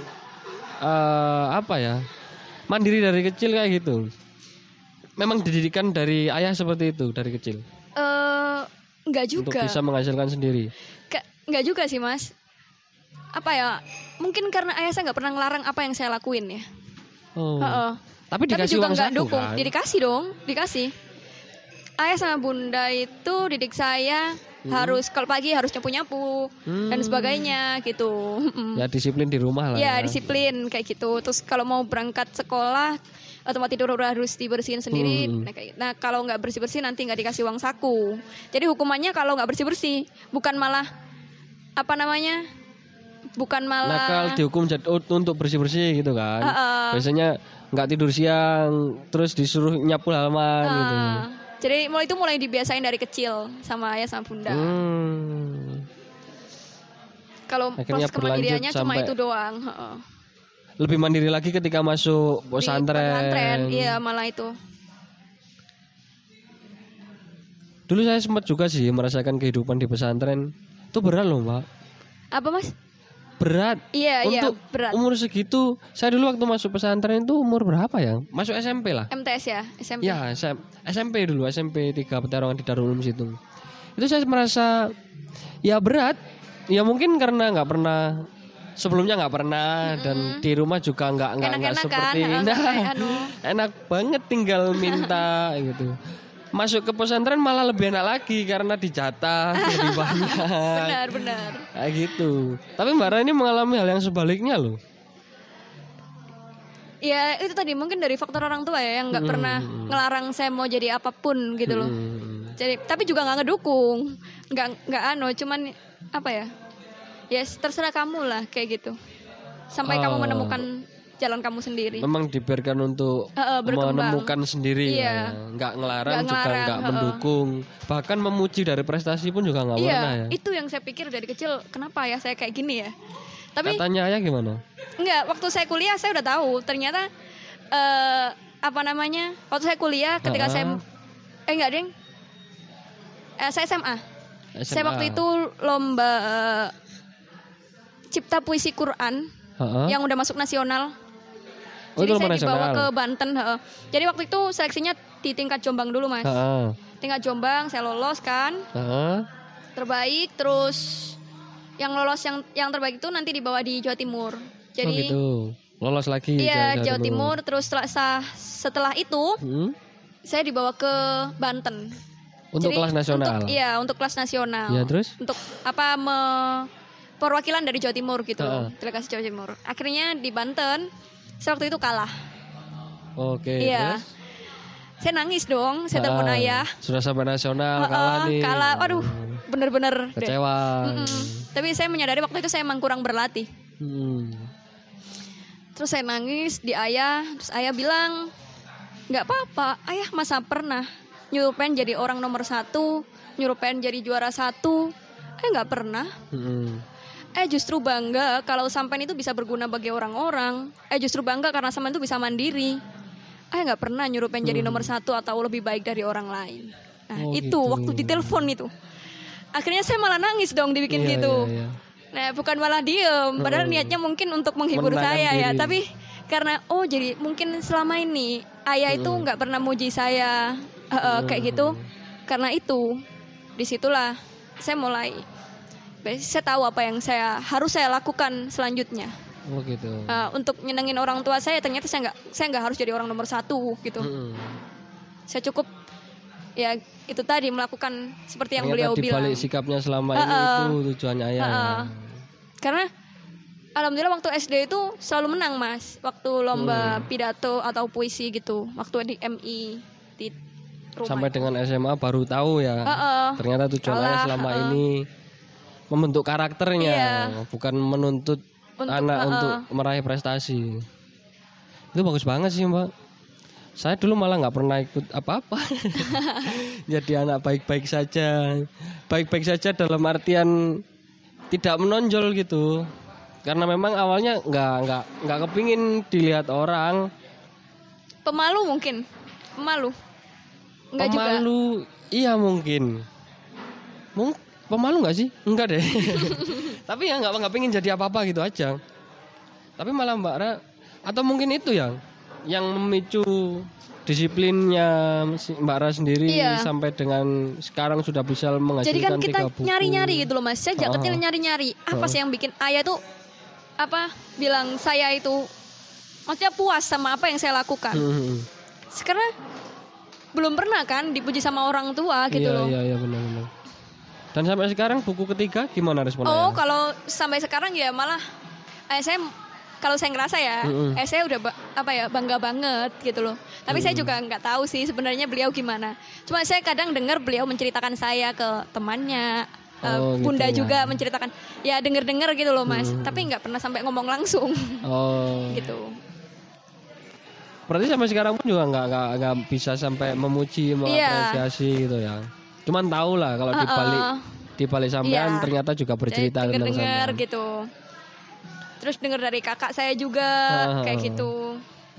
Speaker 1: mandiri dari kecil kayak gitu. Memang dididikan dari ayah seperti itu dari kecil?
Speaker 2: Enggak juga.
Speaker 1: Untuk bisa menghasilkan sendiri?
Speaker 2: Enggak juga sih Mas. Mungkin karena ayah saya nggak pernah ngelarang apa yang saya lakuin ya.
Speaker 1: Tapi dikasih
Speaker 2: juga
Speaker 1: uang
Speaker 2: nggak
Speaker 1: saku
Speaker 2: dukung.
Speaker 1: kan?
Speaker 2: Dikasih dong, dikasih. Ayah sama bunda itu didik saya harus kalau pagi harus nyapu-nyapu dan sebagainya gitu.
Speaker 1: Ya disiplin di rumah lah.
Speaker 2: Ya disiplin kayak gitu. Terus kalau mau berangkat sekolah tempat tidur harus dibersihin sendiri. Nah kalau nggak bersih-bersih nanti nggak dikasih uang saku. Jadi hukumannya kalau nggak bersih-bersih bukan malah
Speaker 1: nakal, dihukum untuk bersih-bersih gitu kan. Biasanya nggak tidur siang terus disuruh nyapu halaman gitu.
Speaker 2: Jadi mulai dibiasain dari kecil sama ayah sama bunda. Kalau proses kemandiriannya cuma itu doang.
Speaker 1: Lebih mandiri lagi ketika masuk pesantren.
Speaker 2: Iya malah itu.
Speaker 1: Dulu saya sempat juga sih merasakan kehidupan di pesantren. Itu berat loh Mbak.
Speaker 2: Apa Mas?
Speaker 1: Berat.
Speaker 2: Iya berat.
Speaker 1: Umur segitu, saya dulu waktu masuk pesantren itu umur berapa ya? Masuk SMP lah.
Speaker 2: MTS ya, SMP.
Speaker 1: Ya, SMP dulu, SMP 3 Peterongan di Darul Ulum situ. Itu saya merasa ya berat. Ya mungkin karena sebelumnya nggak pernah dan di rumah juga nggak seperti
Speaker 2: kan?
Speaker 1: Enak banget tinggal minta gitu. Masuk ke pesantren malah lebih enak lagi karena dijatah lebih banyak.
Speaker 2: Benar.
Speaker 1: Kayak gitu. Tapi Mbak Ra ini mengalami hal yang sebaliknya loh.
Speaker 2: Ya itu tadi mungkin dari faktor orang tua ya yang nggak pernah ngelarang saya mau jadi apapun gitu loh. Jadi tapi juga nggak ngedukung, nggak cuman apa ya? Ya terserah kamu lah kayak gitu. Sampai kamu menemukan jalan kamu sendiri. Memang
Speaker 1: dibiarkan untuk menemukan sendiri, ya. Nggak ngelarang juga nggak mendukung, bahkan memuji dari prestasi pun juga nggak pernah ya.
Speaker 2: Itu yang saya pikir dari kecil, kenapa ya saya kayak gini ya? Tapi
Speaker 1: katanya ayah gimana?
Speaker 2: Enggak, waktu saya kuliah saya udah tahu ternyata waktu saya kuliah ketika saya saya SMA. Saya waktu itu lomba cipta puisi Quran yang udah masuk nasional. Jadi saya dibawa ke Banten. Jadi waktu itu seleksinya di tingkat Jombang dulu Mas. tingkat Jombang saya lolos kan. Terbaik, terus yang lolos yang terbaik itu nanti dibawa di Jawa Timur. Jadi
Speaker 1: gitu. Lolos lagi.
Speaker 2: Iya, Jawa Timur. Terus setelah itu saya dibawa ke Banten.
Speaker 1: Untuk
Speaker 2: jadi,
Speaker 1: kelas nasional.
Speaker 2: Untuk kelas nasional.
Speaker 1: Ya, terus?
Speaker 2: Untuk perwakilan dari Jawa Timur gitu. Delegasi Jawa Timur. Akhirnya di Banten saya waktu itu kalah.
Speaker 1: Oke.
Speaker 2: Iya. Terus? Saya nangis dong, saya telepon ayah.
Speaker 1: Sudah sampai nasional, kalah nih.
Speaker 2: Kalah, waduh, bener-bener
Speaker 1: kecewa.
Speaker 2: Tapi saya menyadari waktu itu saya emang kurang berlatih. Terus saya nangis di ayah, terus ayah bilang, nggak apa-apa, ayah masa pernah nyuruh pengen jadi orang nomor 1, nyuruh pengen jadi juara 1, nggak pernah. Justru bangga kalau sampean itu bisa berguna bagi orang-orang. Justru bangga karena sampean itu bisa mandiri. Nggak pernah nyuruh pengen jadi nomor 1 atau lebih baik dari orang lain. Nah itu gitu. Waktu ditelepon itu, akhirnya saya malah nangis dong dibikin gitu. Iya. Nah bukan malah diem, padahal niatnya mungkin untuk menghibur saya diri. Ya. Tapi karena jadi mungkin selama ini ayah itu nggak pernah muji saya kayak gitu. Karena itu disitulah saya mulai, saya tahu apa yang harus saya lakukan selanjutnya.
Speaker 1: Gitu.
Speaker 2: Untuk nyenengin orang tua saya, ternyata saya nggak harus jadi orang nomor 1 gitu. Saya cukup ya itu tadi melakukan seperti yang beliau bilang.
Speaker 1: Dibalik sikapnya selama ini itu tujuannya ayah.
Speaker 2: Karena alhamdulillah waktu SD itu selalu menang Mas. Waktu lomba pidato atau puisi gitu. Waktu di MI di rumah.
Speaker 1: Sampai dengan SMA baru tahu ya. Ternyata tujuan ayah selama ini membentuk karakternya, bukan menuntut anak untuk meraih prestasi. Itu bagus banget sih Mbak. Saya dulu malah nggak pernah ikut apa-apa. Jadi anak baik-baik saja. Baik-baik saja dalam artian tidak menonjol gitu. Karena memang awalnya nggak kepingin dilihat orang.
Speaker 2: Pemalu mungkin. Pemalu juga.
Speaker 1: Iya mungkin. Pemalu nggak sih? Enggak deh. Tapi ya nggak pengen jadi apa-apa gitu aja. Tapi malah Mbak Ra, atau mungkin itu yang memicu disiplinnya Mbak Ra sendiri sampai dengan sekarang sudah bisa menghasilkan 3 buku. Jadi kan kita
Speaker 2: nyari-nyari gitu loh Mas. Saya kecil nyari-nyari. Apa sih yang bikin ayah tuh bilang saya itu maksudnya puas sama apa yang saya lakukan. Sekarang belum pernah kan dipuji sama orang tua gitu loh.
Speaker 1: Iya benar. Dan sampai sekarang buku ketiga gimana responnya?
Speaker 2: Kalau sampai sekarang ya malah saya kalau saya ngerasa ya, saya udah bangga banget gitu loh. Tapi saya juga nggak tahu sih sebenarnya beliau gimana. Cuma saya kadang dengar beliau menceritakan saya ke temannya, bunda gitu juga menceritakan. Ya dengar gitu loh Mas. Tapi nggak pernah sampai ngomong langsung. Gitu.
Speaker 1: Berarti sampai sekarang pun juga nggak bisa sampai memuji, mengapresiasi gitu ya. Cuman tahu lah kalau dibalik sampean ternyata juga bercerita tentang sampean
Speaker 2: gitu. Terus dengar dari kakak saya juga kayak gitu.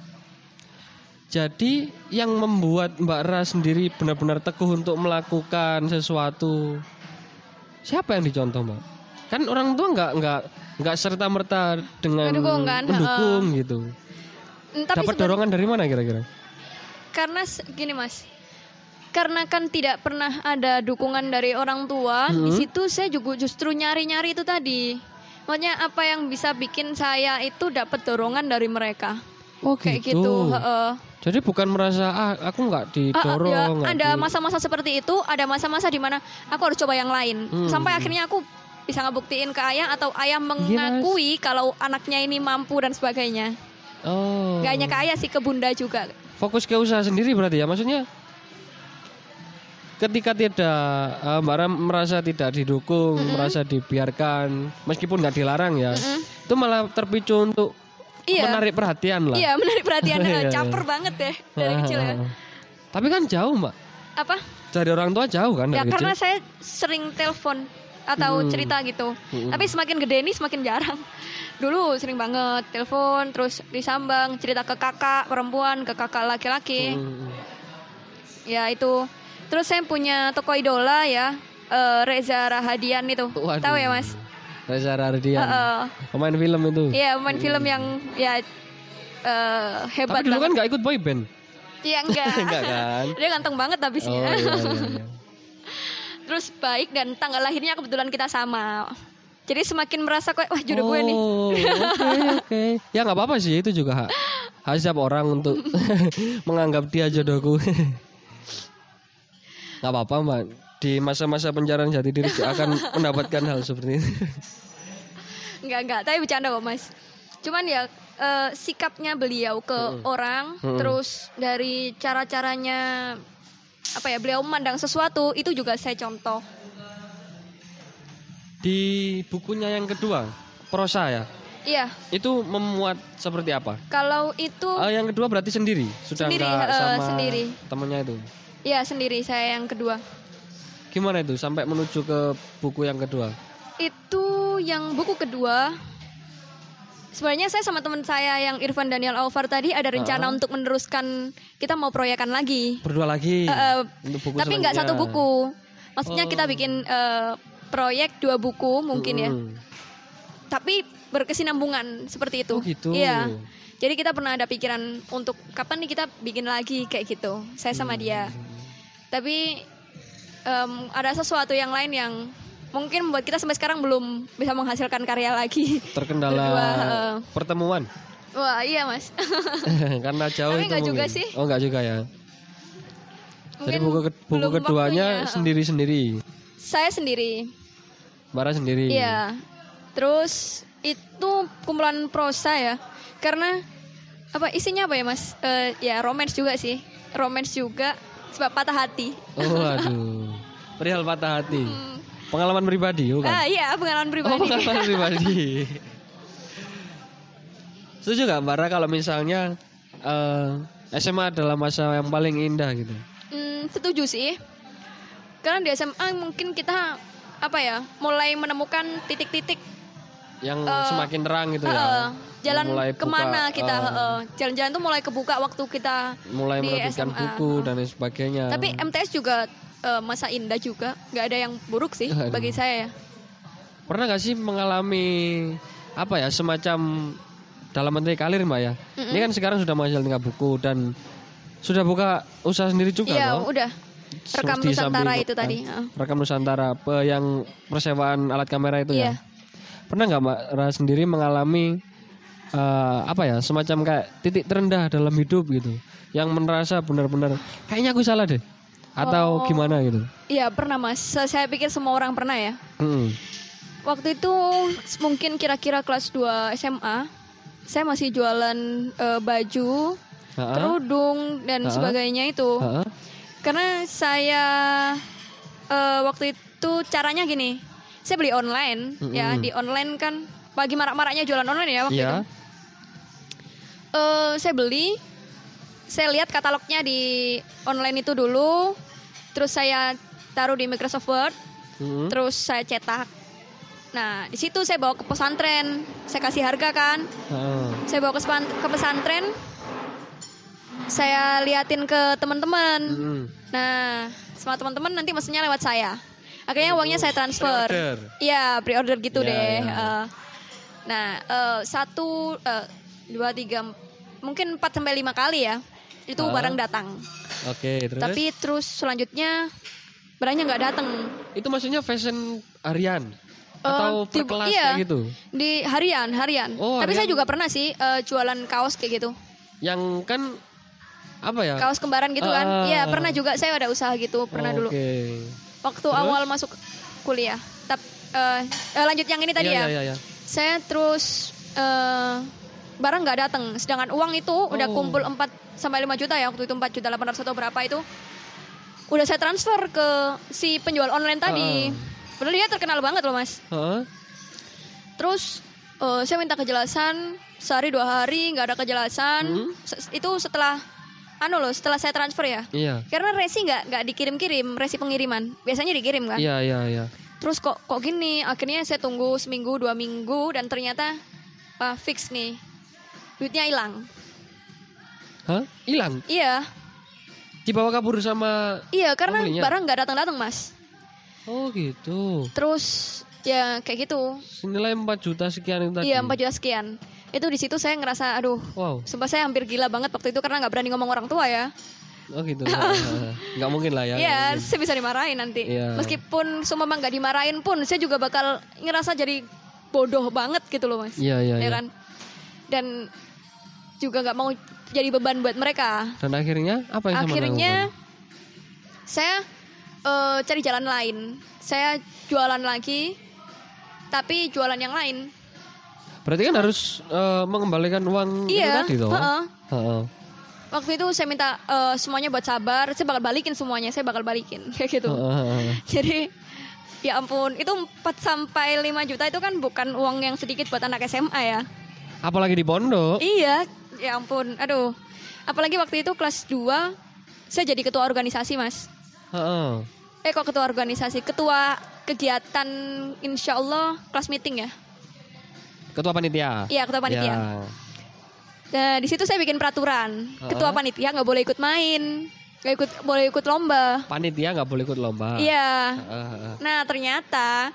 Speaker 1: Jadi yang membuat Mbak Ra sendiri benar-benar teguh untuk melakukan sesuatu, siapa yang dicontoh Mbak? Kan orang tua nggak serta merta dengan mendukung gitu. Dapat dorongan dari mana kira-kira?
Speaker 2: Karena gini Mas. Karena kan tidak pernah ada dukungan dari orang tua, di situ saya juga justru nyari-nyari itu tadi. Maksudnya apa yang bisa bikin saya itu dapat dorongan dari mereka. Kayak gitu.
Speaker 1: Jadi bukan merasa aku nggak didorong.
Speaker 2: Ada masa-masa seperti itu, ada masa-masa di mana aku harus coba yang lain. Sampai akhirnya aku bisa ngebuktiin ke ayah atau ayah mengakui kalau anaknya ini mampu dan sebagainya. Gak hanya ke ayah sih, ke bunda juga.
Speaker 1: Fokus ke usaha sendiri berarti ya, maksudnya ketika Mbak Ra merasa tidak didukung, merasa dibiarkan, meskipun nggak dilarang ya, itu malah terpicu untuk menarik perhatian lah.
Speaker 2: Iya, menarik perhatian. Caper banget deh dari kecil ya.
Speaker 1: Tapi kan jauh Mbak.
Speaker 2: Apa?
Speaker 1: Dari orang tua jauh kan dari kecil.
Speaker 2: Karena saya sering telepon atau cerita gitu. Tapi semakin gede ini semakin jarang. Dulu sering banget telepon, terus disambang, cerita ke kakak perempuan, ke kakak laki-laki. Ya itu. Terus saya punya tokoh idola ya, Reza Rahadian itu. Tahu ya Mas?
Speaker 1: Reza Rahadian. Pemain film itu.
Speaker 2: Iya, pemain film yang ya hebat.
Speaker 1: Tapi dulu kan nggak ikut boy band.
Speaker 2: Iya enggak.
Speaker 1: Enggak kan?
Speaker 2: Dia ganteng banget habisnya.
Speaker 1: Oh, iya.
Speaker 2: Terus baik dan tanggal lahirnya kebetulan kita sama. Jadi semakin merasa kayak wah jodoh gue nih.
Speaker 1: Oke. Ya nggak apa-apa sih, itu juga hak setiap orang untuk menganggap dia jodohku. Nggak apa-apa Mbak. Di masa-masa pencarian jati diri akan mendapatkan hal seperti itu.
Speaker 2: Enggak, tapi bercanda kok Mas. Cuman ya sikapnya beliau ke orang, terus dari cara-caranya apa ya beliau memandang sesuatu itu juga saya contoh.
Speaker 1: Di bukunya yang kedua, prosa ya?
Speaker 2: Iya.
Speaker 1: Itu memuat seperti apa?
Speaker 2: Kalau itu
Speaker 1: yang kedua berarti sendiri, sudah enggak sama
Speaker 2: sendiri.
Speaker 1: Temannya itu?
Speaker 2: Iya sendiri, saya yang kedua.
Speaker 1: Gimana itu sampai menuju ke buku yang kedua?
Speaker 2: Itu yang buku kedua. Sebenarnya saya sama teman saya yang Irfan Daniel Alvar tadi ada rencana untuk meneruskan, kita mau proyekan lagi.
Speaker 1: Berdua lagi? Untuk buku
Speaker 2: tapi nggak satu buku. Maksudnya kita bikin proyek 2 buku mungkin ya. Tapi berkesinambungan seperti itu.
Speaker 1: Oh gitu.
Speaker 2: Iya. Jadi kita pernah ada pikiran untuk kapan nih kita bikin lagi kayak gitu. Saya sama dia. Tapi ada sesuatu yang lain yang mungkin membuat kita sampai sekarang belum bisa menghasilkan karya lagi.
Speaker 1: Terkendala pertemuan.
Speaker 2: Wah iya Mas.
Speaker 1: Karena jauh.
Speaker 2: Tapi
Speaker 1: itu
Speaker 2: enggak
Speaker 1: mungkin.
Speaker 2: juga sih.
Speaker 1: Oh enggak juga ya.
Speaker 2: Mungkin
Speaker 1: jadi buku keduanya sendiri-sendiri.
Speaker 2: Saya sendiri.
Speaker 1: Bara sendiri.
Speaker 2: Iya. Terus itu kumpulan prosa ya. Karena apa isinya apa ya Mas? Ya romance juga sih. Romance juga sebab patah hati.
Speaker 1: Oh aduh. Perihal patah hati. Pengalaman pribadi bukan?
Speaker 2: Iya, pengalaman pribadi.
Speaker 1: Oh, pengalaman pribadi. Setuju gak Mbak Ra kalau misalnya SMA adalah masa yang paling indah gitu?
Speaker 2: Setuju sih. Karena di SMA mungkin kita apa ya, mulai menemukan titik-titik
Speaker 1: yang semakin terang gitu ya.
Speaker 2: Jalan
Speaker 1: mulai
Speaker 2: kemana kita jalan-jalan tuh mulai kebuka waktu kita
Speaker 1: mulai
Speaker 2: di
Speaker 1: menerbitkan
Speaker 2: SMA.
Speaker 1: buku dan lain sebagainya.
Speaker 2: Tapi MTS juga masa indah juga, nggak ada yang buruk sih bagi saya ya.
Speaker 1: Pernah gak sih mengalami apa ya semacam dalam menteri karir Mbak ya? Ini kan sekarang sudah menghasilkan 3 buku dan sudah buka usaha sendiri juga.
Speaker 2: Iya udah. Rekam Nusantara itu tadi.
Speaker 1: Rekam Nusantara yang persewaan alat kamera itu ya. Pernah nggak Mbak Ra sendiri mengalami apa ya semacam kayak titik terendah dalam hidup gitu, yang merasa benar-benar kayaknya aku salah deh? Atau gimana gitu?
Speaker 2: Iya pernah Mas, saya pikir semua orang pernah ya. Waktu itu mungkin kira-kira kelas 2 SMA, saya masih jualan baju, kerudung dan sebagainya itu. Karena saya waktu itu caranya gini, saya beli online ya, di online kan pagi marak-maraknya jualan online ya waktu itu. Saya beli. Saya lihat katalognya di online itu dulu, terus saya taruh di Microsoft Word, terus saya cetak. Nah, di situ saya bawa ke pesantren, saya kasih harga kan, saya bawa ke pesantren, saya liatin ke teman-teman. Nah, sama teman-teman nanti mesennya lewat saya. Akhirnya uangnya saya transfer. Iya, pre-order gitu deh. Nah, 1, 2, 3, mungkin 4-5 kali ya. Itu barang datang.
Speaker 1: Oke, terus?
Speaker 2: Tapi terus selanjutnya barangnya nggak datang.
Speaker 1: Itu maksudnya fashion harian atau per kelas kayak gitu?
Speaker 2: Di harian.
Speaker 1: Oh,
Speaker 2: tapi
Speaker 1: harian.
Speaker 2: saya juga pernah sih jualan kaos kayak gitu.
Speaker 1: Yang kan apa ya?
Speaker 2: Kaos kembaran gitu kan? Iya, pernah juga saya ada usaha gitu, pernah dulu. Waktu terus? Awal masuk kuliah. Lanjut yang ini tadi ya. Saya terus barang nggak datang, sedangkan uang itu udah kumpul 4-5 juta ya waktu itu, 4.800.000 atau berapa itu udah saya transfer ke si penjual online tadi. Padahal dia terkenal banget loh Mas. Terus saya minta kejelasan, sehari 2 hari nggak ada kejelasan. Itu setelah setelah saya transfer ya. Karena resi nggak dikirim-kirim, resi pengiriman biasanya dikirim kan.
Speaker 1: Iya.
Speaker 2: Terus kok gini, akhirnya saya tunggu seminggu 2 minggu dan ternyata fix nih, duitnya hilang.
Speaker 1: Hah? Hilang?
Speaker 2: Iya.
Speaker 1: Dibawa kabur sama?
Speaker 2: Iya, karena
Speaker 1: pembelinya?
Speaker 2: barang nggak datang Mas.
Speaker 1: Oh gitu.
Speaker 2: Terus ya kayak gitu.
Speaker 1: Senilai 4 juta sekian itu tadi.
Speaker 2: Iya 4 juta sekian. Itu di situ saya ngerasa aduh, sumpah saya hampir gila banget waktu itu karena nggak berani ngomong orang tua ya.
Speaker 1: Oh gitu. Nggak mungkin lah ya.
Speaker 2: Iya, saya bisa dimarahin nanti. Meskipun semua nggak dimarahin pun, saya juga bakal ngerasa jadi bodoh banget gitu loh mas.
Speaker 1: Iya.
Speaker 2: Kan? Dan juga nggak mau jadi beban buat mereka.
Speaker 1: Dan akhirnya apa yang
Speaker 2: akhirnya saya cari jalan lain. Saya jualan lagi, tapi jualan yang lain.
Speaker 1: Berarti kan harus mengembalikan uang itu tadi toh.
Speaker 2: Waktu itu saya minta semuanya buat sabar. Saya bakal balikin semuanya. Saya bakal balikin kayak gitu. Jadi ya ampun, itu 4-5 juta itu kan bukan uang yang sedikit buat anak SMA ya.
Speaker 1: Apalagi di pondok.
Speaker 2: Iya, ya ampun. Aduh. Apalagi waktu itu kelas 2 saya jadi ketua organisasi, Mas. Kok ketua organisasi? Ketua kegiatan insya Allah kelas meeting ya.
Speaker 1: Ketua panitia.
Speaker 2: Iya, ketua panitia. Nah, di situ saya bikin peraturan. Ketua panitia nggak boleh ikut main, boleh ikut lomba.
Speaker 1: Panitia nggak boleh ikut lomba.
Speaker 2: Iya. Nah, ternyata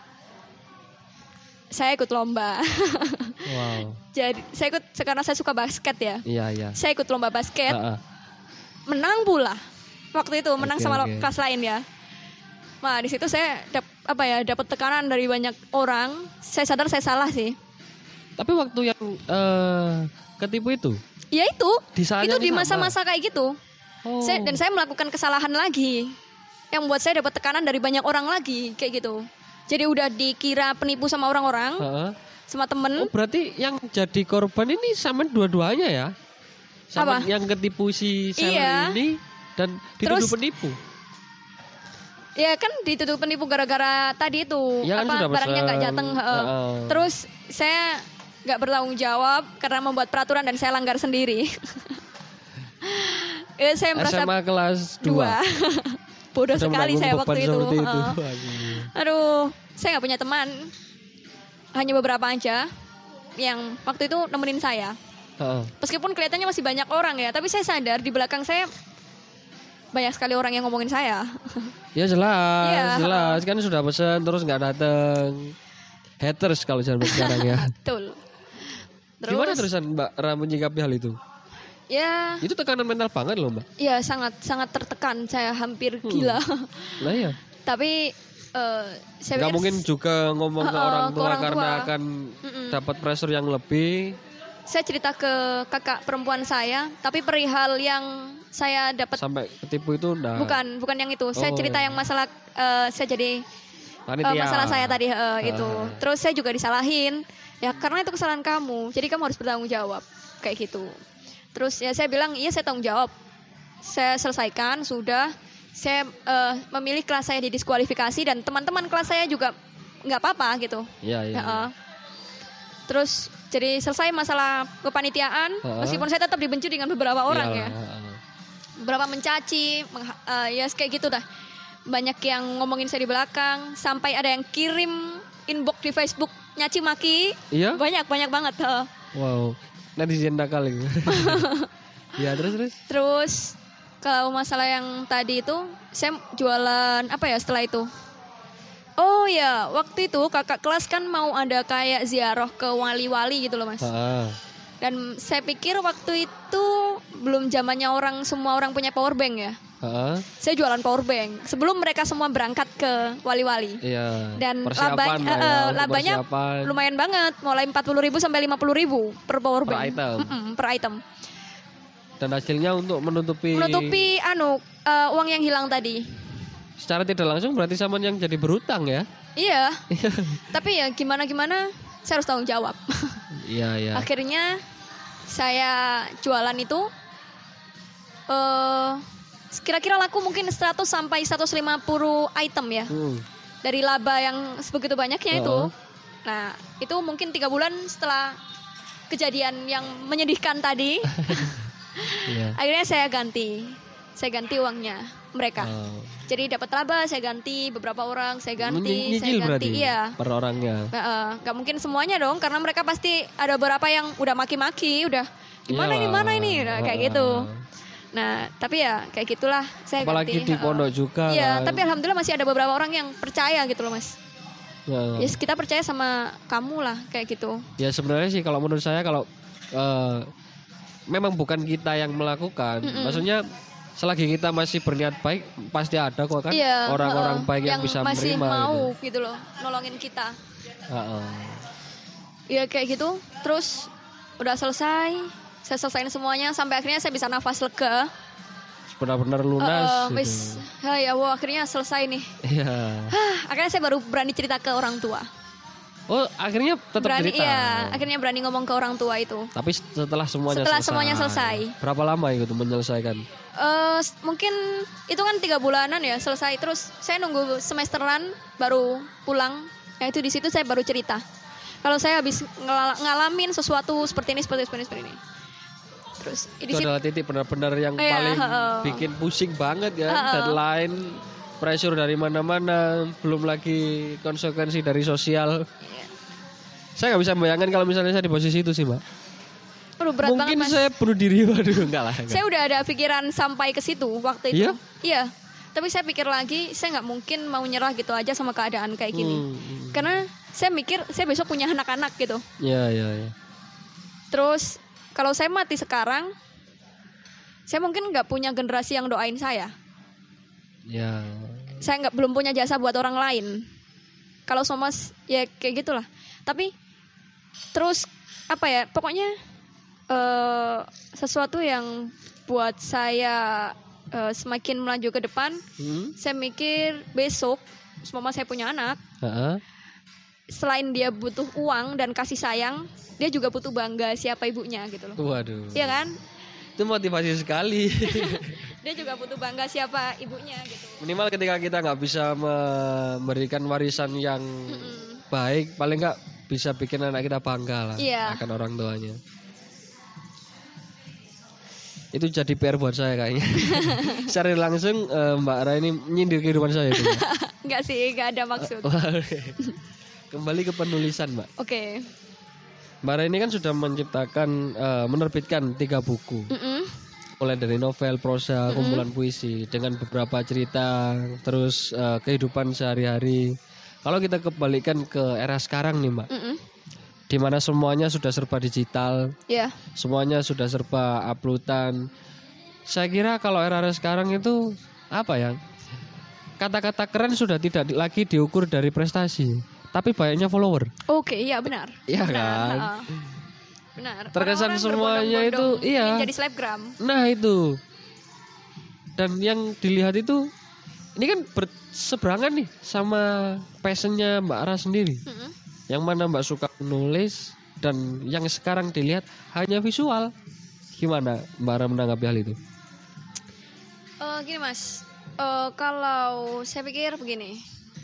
Speaker 2: saya ikut lomba.
Speaker 1: Wow.
Speaker 2: Jadi saya ikut karena saya suka basket ya.
Speaker 1: Iya.
Speaker 2: Saya ikut lomba basket. Menang pula. Waktu itu menang sama kelas lain ya. Nah, di situ saya dapat tekanan dari banyak orang. Saya sadar saya salah sih.
Speaker 1: Tapi waktu yang ketipu itu?
Speaker 2: Ya itu di masa-masa kayak gitu. Dan saya melakukan kesalahan lagi yang membuat saya dapat tekanan dari banyak orang lagi kayak gitu. Jadi udah dikira penipu sama orang-orang, sama temen.
Speaker 1: Oh berarti yang jadi korban ini sama dua-duanya ya? Sama yang ketipu si seller ini dan dituduh penipu.
Speaker 2: Ya kan dituduh penipu gara-gara tadi itu
Speaker 1: ya, kan
Speaker 2: barangnya nggak datang. Terus saya nggak bertanggung jawab karena membuat peraturan dan saya langgar sendiri. Saya merasa
Speaker 1: SMA kelas 2.
Speaker 2: Bodoh sekali saya waktu itu. Aduh, saya nggak punya teman. Hanya beberapa aja yang waktu itu nemenin saya. Meskipun kelihatannya masih banyak orang ya, tapi saya sadar di belakang saya banyak sekali orang yang ngomongin saya.
Speaker 1: Ya jelas kan sudah pesan terus nggak datang. Haters kalau zaman sekarang ya.
Speaker 2: Betul.
Speaker 1: Gimana terusan Mbak Ra menyikapi hal itu?
Speaker 2: Ya.
Speaker 1: Itu tekanan mental banget loh Mbak.
Speaker 2: Ya sangat tertekan, saya hampir gila.
Speaker 1: Lah ya.
Speaker 2: Tapi saya
Speaker 1: nggak mungkin juga ngomong ke orang tua karena akan dapat pressure yang lebih.
Speaker 2: Saya cerita ke kakak perempuan saya, tapi perihal yang saya dapat
Speaker 1: sampai ketipu itu udah.
Speaker 2: Bukan yang itu. Saya cerita yang masalah saya jadi masalah saya tadi itu. Terus saya juga disalahin. Ya karena itu kesalahan kamu, jadi kamu harus bertanggung jawab kayak gitu. Terus ya saya bilang iya saya tanggung jawab. Saya selesaikan sudah. Saya memilih kelas saya didiskualifikasi dan teman-teman kelas saya juga nggak apa-apa gitu.
Speaker 1: Iya.
Speaker 2: Terus jadi selesai masalah kepanitiaan. Meskipun saya tetap dibenci dengan beberapa orang ya. Beberapa mencaci, ya kayak gitu dah. Banyak yang ngomongin saya di belakang, sampai ada yang kirim inbox di Facebook nyaci maki.
Speaker 1: Iya?
Speaker 2: Banyak banget.
Speaker 1: Wow, netizen nakal itu. Ya terus.
Speaker 2: Terus kalau masalah yang tadi itu, saya jualan apa ya setelah itu? Oh ya, waktu itu kakak kelas kan mau ada kayak ziarah ke wali-wali gitu loh mas. Dan saya pikir waktu itu belum zamannya semua orang punya power bank ya. Saya jualan power bank sebelum mereka semua berangkat ke wali-wali.
Speaker 1: Iya.
Speaker 2: Dan labanya lumayan banget, mulai 40.000 sampai 50.000 per power bank. Per item.
Speaker 1: Dan hasilnya untuk menutupi
Speaker 2: uang yang hilang tadi.
Speaker 1: Secara tidak langsung berarti sama yang jadi berutang ya.
Speaker 2: Iya. Tapi ya gimana saya harus tanggung jawab.
Speaker 1: Iya.
Speaker 2: Akhirnya saya jualan itu kira-kira laku mungkin 100 sampai 150 item ya. Dari laba yang sebegitu banyaknya itu. Nah, itu mungkin 3 bulan setelah kejadian yang menyedihkan tadi. Akhirnya saya ganti uangnya mereka. Jadi dapat laba saya ganti, beberapa orang saya ganti, iya.
Speaker 1: Per orangnya.
Speaker 2: Gak mungkin semuanya dong, karena mereka pasti ada beberapa yang udah maki-maki, udah gimana ini, nah, kayak gitu. Nah, tapi ya kayak gitulah saya
Speaker 1: apalagi
Speaker 2: ganti.
Speaker 1: Di pondok juga.
Speaker 2: Iya, tapi alhamdulillah masih ada beberapa orang yang percaya gitu loh mas.
Speaker 1: Ya,
Speaker 2: kita percaya sama kamu lah kayak gitu.
Speaker 1: Ya sebenarnya sih kalau menurut saya kalau memang bukan kita yang melakukan. Maksudnya selagi kita masih berniat baik pasti ada kok kan orang-orang baik yang bisa
Speaker 2: masih
Speaker 1: menerima
Speaker 2: mau gitu loh nolongin kita. Ya kayak gitu. Terus udah selesai, saya selesaiin semuanya sampai akhirnya saya bisa nafas lega.
Speaker 1: Benar-benar lunas.
Speaker 2: Wis, ya wow, akhirnya selesai nih.
Speaker 1: Iya.
Speaker 2: Akhirnya saya baru berani cerita ke orang tua.
Speaker 1: Oh, akhirnya tetap
Speaker 2: berani,
Speaker 1: cerita.
Speaker 2: Iya, akhirnya berani ngomong ke orang tua itu.
Speaker 1: Tapi setelah semuanya
Speaker 2: selesai.
Speaker 1: Berapa lama itu menyelesaikan?
Speaker 2: Mungkin itu kan 3 bulanan ya selesai. Terus saya nunggu semesteran baru pulang. Nah itu di situ saya baru cerita. Kalau saya habis ngalamin sesuatu seperti ini. Terus
Speaker 1: itu adalah titik benar-benar yang paling bikin pusing banget ya. Deadline, pressure dari mana-mana, belum lagi konsekuensi dari sosial. Saya nggak bisa membayangkan kalau misalnya saya di posisi itu sih, Mbak.
Speaker 2: Berat
Speaker 1: mungkin
Speaker 2: banget, Mas.
Speaker 1: saya bunuh diri, waduh enggak lah.
Speaker 2: Saya udah ada pikiran sampai ke situ waktu itu. Iya. Tapi saya pikir lagi, saya nggak mungkin mau nyerah gitu aja sama keadaan kayak gini. Karena saya mikir saya besok punya anak-anak gitu.
Speaker 1: Iya.
Speaker 2: Terus kalau saya mati sekarang, saya mungkin nggak punya generasi yang doain saya.
Speaker 1: Ya.
Speaker 2: Saya belum punya jasa buat orang lain. Kalau sama ya kayak gitulah. Tapi terus apa ya? Pokoknya sesuatu yang buat saya semakin melaju ke depan. Saya mikir besok, semua saya punya anak. Selain dia butuh uang dan kasih sayang, dia juga butuh bangga siapa ibunya gitu loh.
Speaker 1: Waduh.
Speaker 2: Iya kan?
Speaker 1: Itu motivasi sekali.
Speaker 2: Dia juga butuh bangga siapa ibunya gitu.
Speaker 1: Minimal ketika kita nggak bisa memberikan warisan yang baik, paling nggak bisa bikin anak kita bangga lah akan orang tuanya. Itu jadi PR buat saya kayaknya. Secara langsung Mbak Ra ini nyindir kehidupan saya itu.
Speaker 2: Enggak sih, enggak ada maksud.
Speaker 1: Kembali ke penulisan, Mbak.
Speaker 2: Oke.
Speaker 1: Mbak Ra ini kan sudah menerbitkan 3 buku. Mulai dari novel, prosa, kumpulan puisi dengan beberapa cerita, terus kehidupan sehari-hari. Kalau kita kembalikan ke era sekarang nih, Mbak. Di mana semuanya sudah serba digital. Semuanya sudah serba uploadan. Saya kira kalau era sekarang itu apa ya? Kata-kata keren sudah tidak lagi diukur dari prestasi, tapi banyaknya follower.
Speaker 2: Oke, iya benar.
Speaker 1: Iya kan?
Speaker 2: Benar.
Speaker 1: Terkesan orang semuanya itu
Speaker 2: jadi selebgram.
Speaker 1: Nah, itu. Dan yang dilihat itu ini kan berseberangan nih sama passionnya Mbak Ra sendiri. Yang mana Mbak suka menulis dan yang sekarang dilihat hanya visual. Gimana Mbak Ra menanggapi hal itu?
Speaker 2: Gini Mas, kalau saya pikir begini,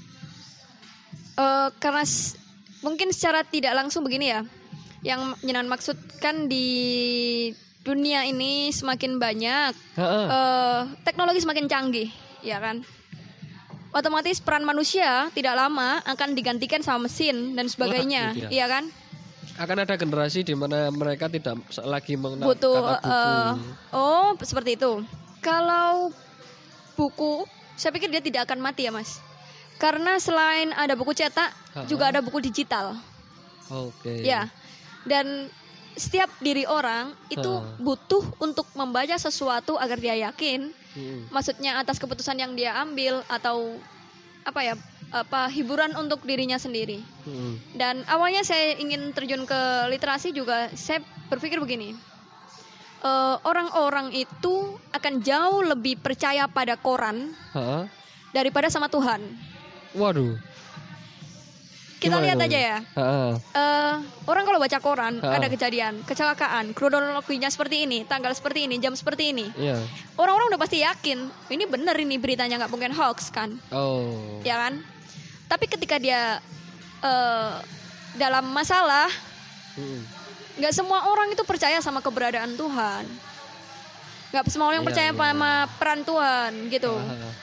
Speaker 2: karena mungkin secara tidak langsung begini ya, yang Jenengan maksudkan di dunia ini semakin banyak, teknologi semakin canggih, ya kan? Otomatis peran manusia tidak lama akan digantikan sama mesin dan sebagainya, iya kan?
Speaker 1: Akan ada generasi di mana mereka tidak lagi mengenal
Speaker 2: kata buku. Seperti itu. Kalau buku, saya pikir dia tidak akan mati ya Mas. Karena selain ada buku cetak, juga ada buku digital.
Speaker 1: Oke.
Speaker 2: Ya. Dan setiap diri orang itu butuh untuk membaca sesuatu agar dia yakin. Maksudnya atas keputusan yang dia ambil atau hiburan untuk dirinya sendiri. Dan awalnya saya ingin terjun ke literasi juga, saya berpikir begini, orang-orang itu akan jauh lebih percaya pada koran daripada sama Tuhan.
Speaker 1: Waduh.
Speaker 2: Kita lihat aja ya. Orang kalau baca koran ada kejadian, kecelakaan, kronologinya seperti ini, tanggal seperti ini, jam seperti ini. Orang-orang udah pasti yakin ini benar, ini beritanya, nggak mungkin hoax kan? Ya kan? Tapi ketika dia dalam masalah, nggak semua orang itu percaya sama keberadaan Tuhan. Nggak semua orang percaya sama peran Tuhan gitu.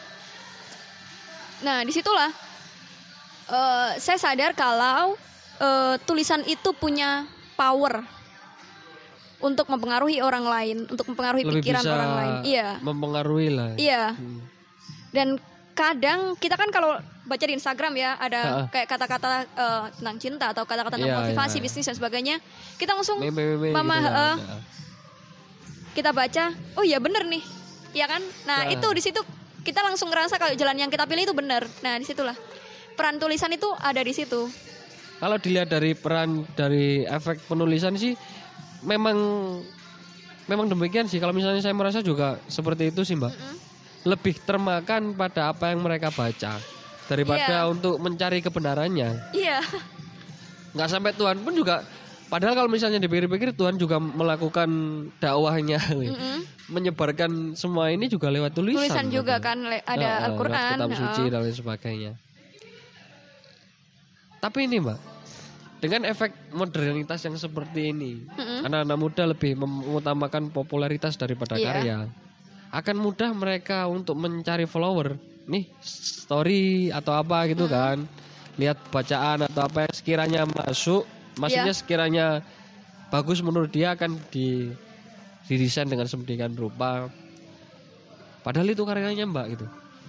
Speaker 2: Nah disitulah saya sadar kalau tulisan itu punya power untuk mempengaruhi orang lain, untuk mempengaruhi pikiran orang lain. Iya.
Speaker 1: Mempengaruhi lah.
Speaker 2: Iya. Dan kadang kita kan kalau baca di Instagram ya, ada kayak kata-kata tentang cinta atau kata-kata tentang motivasi bisnis dan sebagainya. Kita langsung mama gitu kita baca, oh iya bener nih, ya kan? Nah itu di situ kita langsung ngerasa kalau jalan yang kita pilih itu benar. Nah disitulah peran tulisan itu ada di situ.
Speaker 1: Kalau dilihat dari peran dari efek penulisan sih, memang demikian sih. Kalau misalnya saya merasa juga seperti itu sih Mbak. Lebih termakan pada apa yang mereka baca daripada untuk mencari kebenarannya.
Speaker 2: Iya.
Speaker 1: Nggak sampai Tuhan pun juga. Padahal kalau misalnya dipikir-pikir Tuhan juga melakukan dakwahnya, menyebarkan semua ini juga lewat tulisan.
Speaker 2: Tulisan juga kan ada Al-Quran,
Speaker 1: kitab suci dan lain sebagainya. Tapi ini Mbak, dengan efek modernitas yang seperti ini, anak-anak muda lebih mengutamakan popularitas daripada karya. Akan mudah mereka untuk mencari follower, nih story atau apa gitu kan, lihat bacaan atau apa yang sekiranya masuk. Maksudnya sekiranya bagus menurut dia akan didesain dengan sedemikian rupa. Padahal itu karyanya Mbak gitu.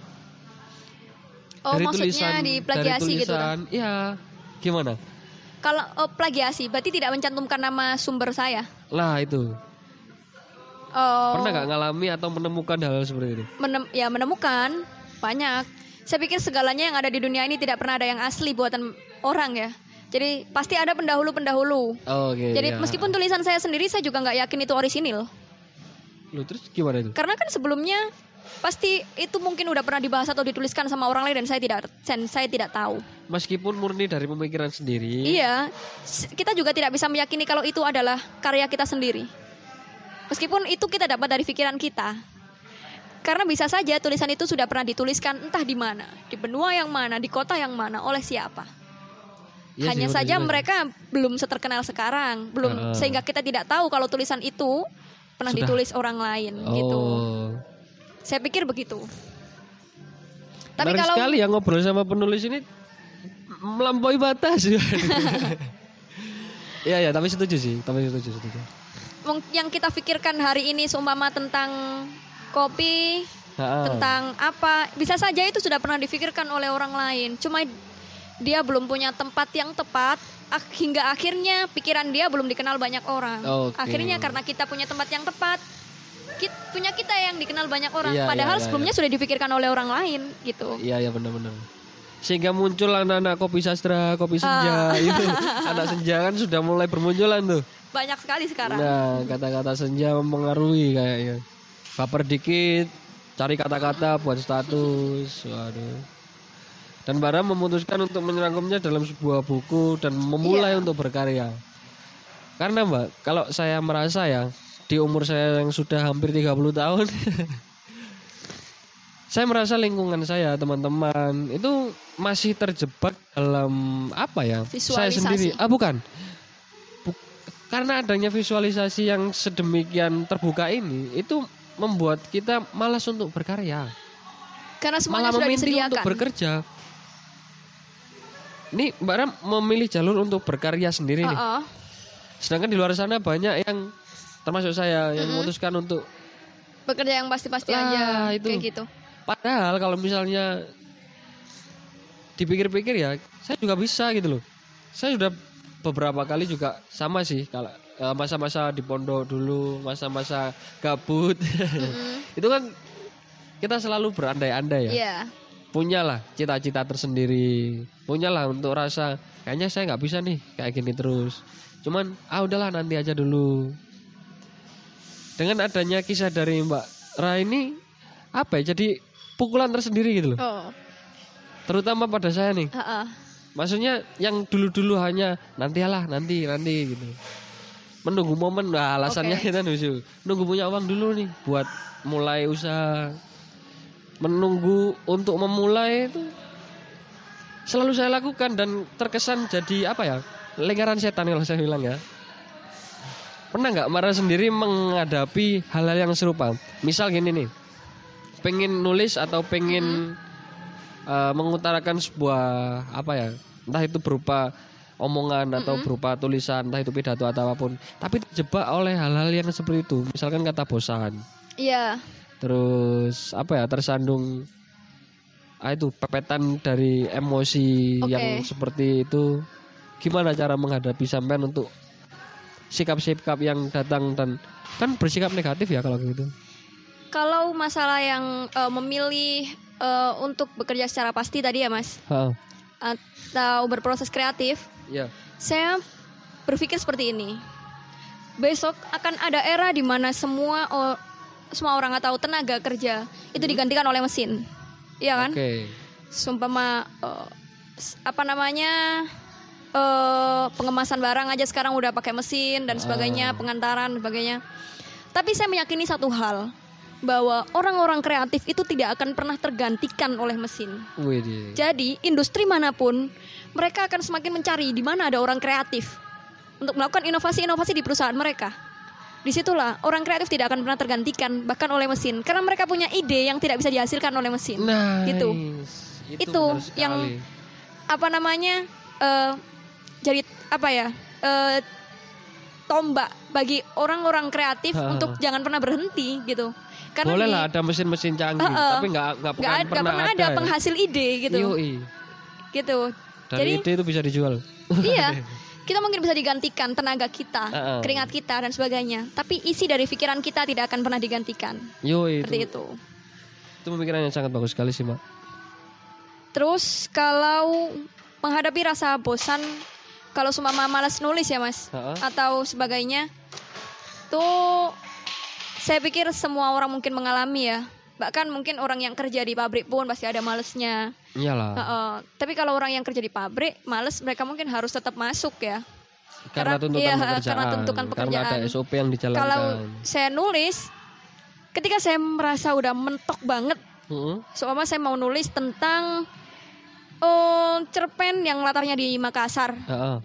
Speaker 2: Oh dari maksudnya tulisan, diplagiasi dari tulisan, gitu?
Speaker 1: Iya. Gimana?
Speaker 2: Kalau plagiasi berarti tidak mencantumkan nama sumber saya.
Speaker 1: Lah itu. Pernah nggak ngalami atau menemukan hal seperti itu?
Speaker 2: Menemukan banyak. Saya pikir segalanya yang ada di dunia ini tidak pernah ada yang asli buatan orang ya. Jadi pasti ada pendahulu-pendahulu. Jadi meskipun tulisan saya sendiri, saya juga nggak yakin itu orisinil.
Speaker 1: Loh, terus gimana itu?
Speaker 2: Karena kan sebelumnya pasti itu mungkin udah pernah dibahas atau dituliskan sama orang lain dan saya tidak tahu.
Speaker 1: Meskipun murni dari pemikiran sendiri.
Speaker 2: Iya, kita juga tidak bisa meyakini kalau itu adalah karya kita sendiri. Meskipun itu kita dapat dari pikiran kita. Karena bisa saja tulisan itu sudah pernah dituliskan entah di mana, di benua yang mana, di kota yang mana, oleh siapa. Ya, hanya saja mereka belum seterkenal sekarang, sehingga kita tidak tahu kalau tulisan itu pernah ditulis orang lain gitu. Saya pikir begitu. Tapi kalau
Speaker 1: sekali ya ngobrol sama penulis ini melampaui batas. Iya tapi setuju sih, setuju.
Speaker 2: Yang kita pikirkan hari ini seumpama tentang kopi, tentang apa, bisa saja itu sudah pernah difikirkan oleh orang lain. Cuma dia belum punya tempat yang tepat hingga akhirnya pikiran dia belum dikenal banyak orang. Akhirnya karena kita punya tempat yang tepat, punya kita yang dikenal banyak orang. Padahal sebelumnya sudah dipikirkan oleh orang lain gitu.
Speaker 1: Iya benar-benar. Sehingga muncul anak-anak kopi sastra, kopi senja itu. Anak senja kan sudah mulai bermunculan tuh.
Speaker 2: Banyak sekali sekarang.
Speaker 1: Nah, kata-kata senja mempengaruhi kayaknya. Baper dikit, cari kata-kata buat status. Waduh. Dan Bara memutuskan untuk menyerangkumnya dalam sebuah buku dan memulai untuk berkarya. Karena Mbak, kalau saya merasa ya, di umur saya yang sudah hampir 30 tahun, saya merasa lingkungan saya, teman-teman, itu masih terjebak dalam apa ya? Saya sendiri. Bukan. Karena adanya visualisasi yang sedemikian terbuka ini, itu membuat kita malas untuk berkarya.
Speaker 2: Karena semuanya sudah disediakan.
Speaker 1: Untuk bekerja. Ini Mbak Ram memilih jalur untuk berkarya sendiri nih. Sedangkan di luar sana banyak yang termasuk saya yang memutuskan untuk
Speaker 2: bekerja yang pasti-pasti aja itu. Kayak gitu.
Speaker 1: Padahal kalau misalnya dipikir-pikir ya, saya juga bisa gitu loh. Saya sudah beberapa kali juga sama sih kalau masa-masa di pondok dulu, masa-masa gabut. Itu kan kita selalu berandai-andai ya. Yeah. Punyalah cita-cita tersendiri, punyalah untuk rasa kayaknya saya nggak bisa nih kayak gini terus. Cuman udahlah nanti aja dulu. Dengan adanya kisah dari Mbak Ra ini apa ya? Jadi pukulan tersendiri gitu loh. Terutama pada saya nih. Maksudnya yang dulu-dulu hanya nanti gitu. Menunggu momen, alasannya kita nunggu punya uang dulu nih buat mulai usaha. Menunggu untuk memulai itu selalu saya lakukan dan terkesan jadi apa ya, lingkaran setan kalau saya bilang ya. Pernah nggak Mara sendiri menghadapi hal-hal yang serupa? Misal gini nih, pengen nulis atau pengen mengutarakan sebuah apa ya, entah itu berupa omongan atau berupa tulisan, entah itu pidato atau apapun, tapi terjebak oleh hal-hal yang seperti itu. Misalkan kata bosan.
Speaker 2: Iya.
Speaker 1: Terus apa ya, tersandung itu pepetan dari emosi yang seperti itu. Gimana cara menghadapi sampean untuk sikap-sikap yang datang dan kan bersikap negatif ya kalau gitu?
Speaker 2: Kalau masalah yang memilih untuk bekerja secara pasti tadi ya Mas, atau berproses kreatif, saya berpikir seperti ini. Besok akan ada era di mana semua orang atau tenaga kerja itu digantikan oleh mesin, iya kan? Sumpama pengemasan barang aja sekarang udah pakai mesin dan sebagainya, pengantaran dan sebagainya. Tapi saya meyakini satu hal, bahwa orang-orang kreatif itu tidak akan pernah tergantikan oleh mesin. Jadi industri manapun mereka akan semakin mencari di mana ada orang kreatif untuk melakukan inovasi-inovasi di perusahaan mereka. Disitulah orang kreatif tidak akan pernah tergantikan bahkan oleh mesin, karena mereka punya ide yang tidak bisa dihasilkan oleh mesin. Gitu. Itu yang jadi tombak bagi orang-orang kreatif untuk jangan pernah berhenti gitu. Karena
Speaker 1: boleh lah ada mesin-mesin canggih, tapi nggak pernah ada
Speaker 2: penghasil ide gitu. Gitu.
Speaker 1: Dari ide itu bisa dijual.
Speaker 2: Iya. Kita mungkin bisa digantikan tenaga kita, keringat kita dan sebagainya, tapi isi dari pikiran kita tidak akan pernah digantikan. Seperti itu.
Speaker 1: Itu pemikiran yang sangat bagus sekali sih, Mbak.
Speaker 2: Terus kalau menghadapi rasa bosan, kalau seumpama malas nulis ya Mas, atau sebagainya, tuh saya pikir semua orang mungkin mengalami ya. Bahkan mungkin orang yang kerja di pabrik pun pasti ada malesnya.
Speaker 1: Iyalah.
Speaker 2: Tapi kalau orang yang kerja di pabrik males, mereka mungkin harus tetap masuk ya.
Speaker 1: Karena tuntutan pekerjaan. Karena ada SOP yang dijalankan.
Speaker 2: Kalau saya nulis, ketika saya merasa udah mentok banget, seumpama saya mau nulis tentang cerpen yang latarnya di Makassar,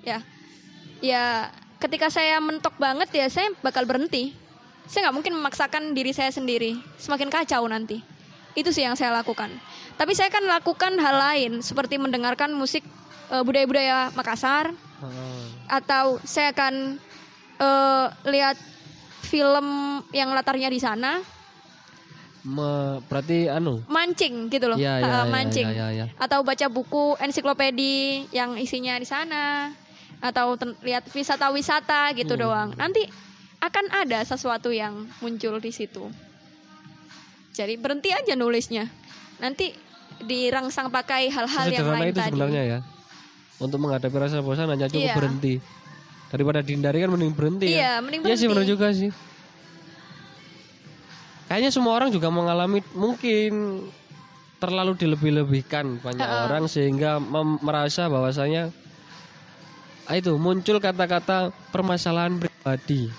Speaker 2: ya ketika saya mentok banget ya saya bakal berhenti. Saya nggak mungkin memaksakan diri saya sendiri, semakin kacau nanti. Itu sih yang saya lakukan. Tapi saya kan lakukan hal lain seperti mendengarkan musik budaya-budaya Makassar, atau saya akan lihat film yang latarnya di sana.
Speaker 1: Berarti
Speaker 2: mancing gitu loh, mancing. Atau baca buku ensiklopedi yang isinya di sana, atau lihat wisata-wisata gitu doang. Nanti akan ada sesuatu yang muncul di situ. Jadi berhenti aja nulisnya. Nanti dirangsang pakai hal-hal yang lain
Speaker 1: itu
Speaker 2: tadi.
Speaker 1: Sebenarnya ya. Untuk menghadapi rasa bosan hanya cukup berhenti. Daripada dihindari kan mending berhenti ya.
Speaker 2: Mending berhenti.
Speaker 1: Iya sih benar juga sih. Kayaknya semua orang juga mengalami, mungkin terlalu dilebih-lebihkan banyak orang sehingga merasa bahwasanya itu muncul kata-kata permasalahan pribadi.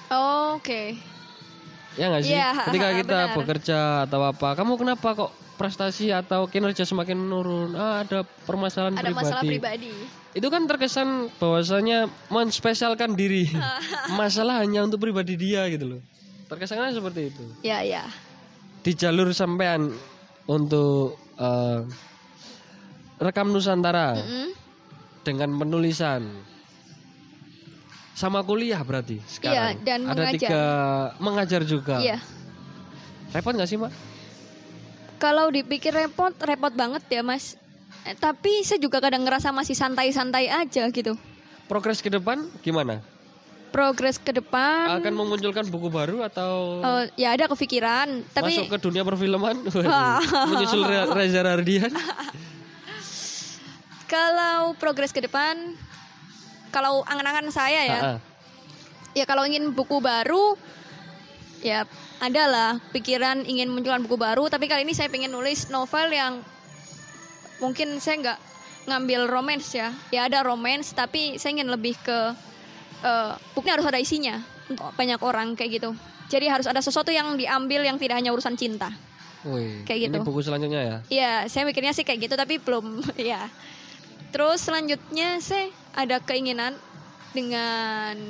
Speaker 1: Ya nggak sih? Ketika kita bekerja atau apa, kamu kenapa kok prestasi atau kinerja semakin menurun? Ada permasalahan pribadi.
Speaker 2: Ada masalah pribadi.
Speaker 1: Itu kan terkesan bahwasanya menspesialkan diri. Masalah hanya untuk pribadi dia gitu loh. Terkesannya seperti itu.
Speaker 2: Iya.
Speaker 1: Di jalur sampean untuk rekam Nusantara dengan penulisan sama kuliah berarti sekarang.
Speaker 2: Iya, dan
Speaker 1: ada
Speaker 2: mengajar.
Speaker 1: Mengajar juga.
Speaker 2: Iya.
Speaker 1: Repot nggak sih, Mbak?
Speaker 2: Kalau dipikir repot banget ya, Mas. Tapi saya juga kadang ngerasa masih santai-santai aja gitu.
Speaker 1: Progres ke depan gimana?
Speaker 2: Progres ke depan
Speaker 1: akan memunculkan buku baru atau
Speaker 2: ya ada kepikiran, tapi
Speaker 1: masuk ke dunia perfilman, menyusul Reza Rahardian.
Speaker 2: Kalau progres ke depan, kalau angan-angan saya ya, ya kalau ingin buku baru, ya adalah pikiran ingin munculkan buku baru. Tapi kali ini saya pengen nulis novel yang mungkin saya nggak ngambil romance ya. Ya ada romance, tapi saya ingin lebih ke bukunya harus ada isinya untuk banyak orang kayak gitu. Jadi harus ada sesuatu yang diambil yang tidak hanya urusan cinta. Kayak gitu.
Speaker 1: Ini buku selanjutnya ya?
Speaker 2: Iya, saya mikirnya sih kayak gitu tapi belum ya. Terus selanjutnya saya ada keinginan dengan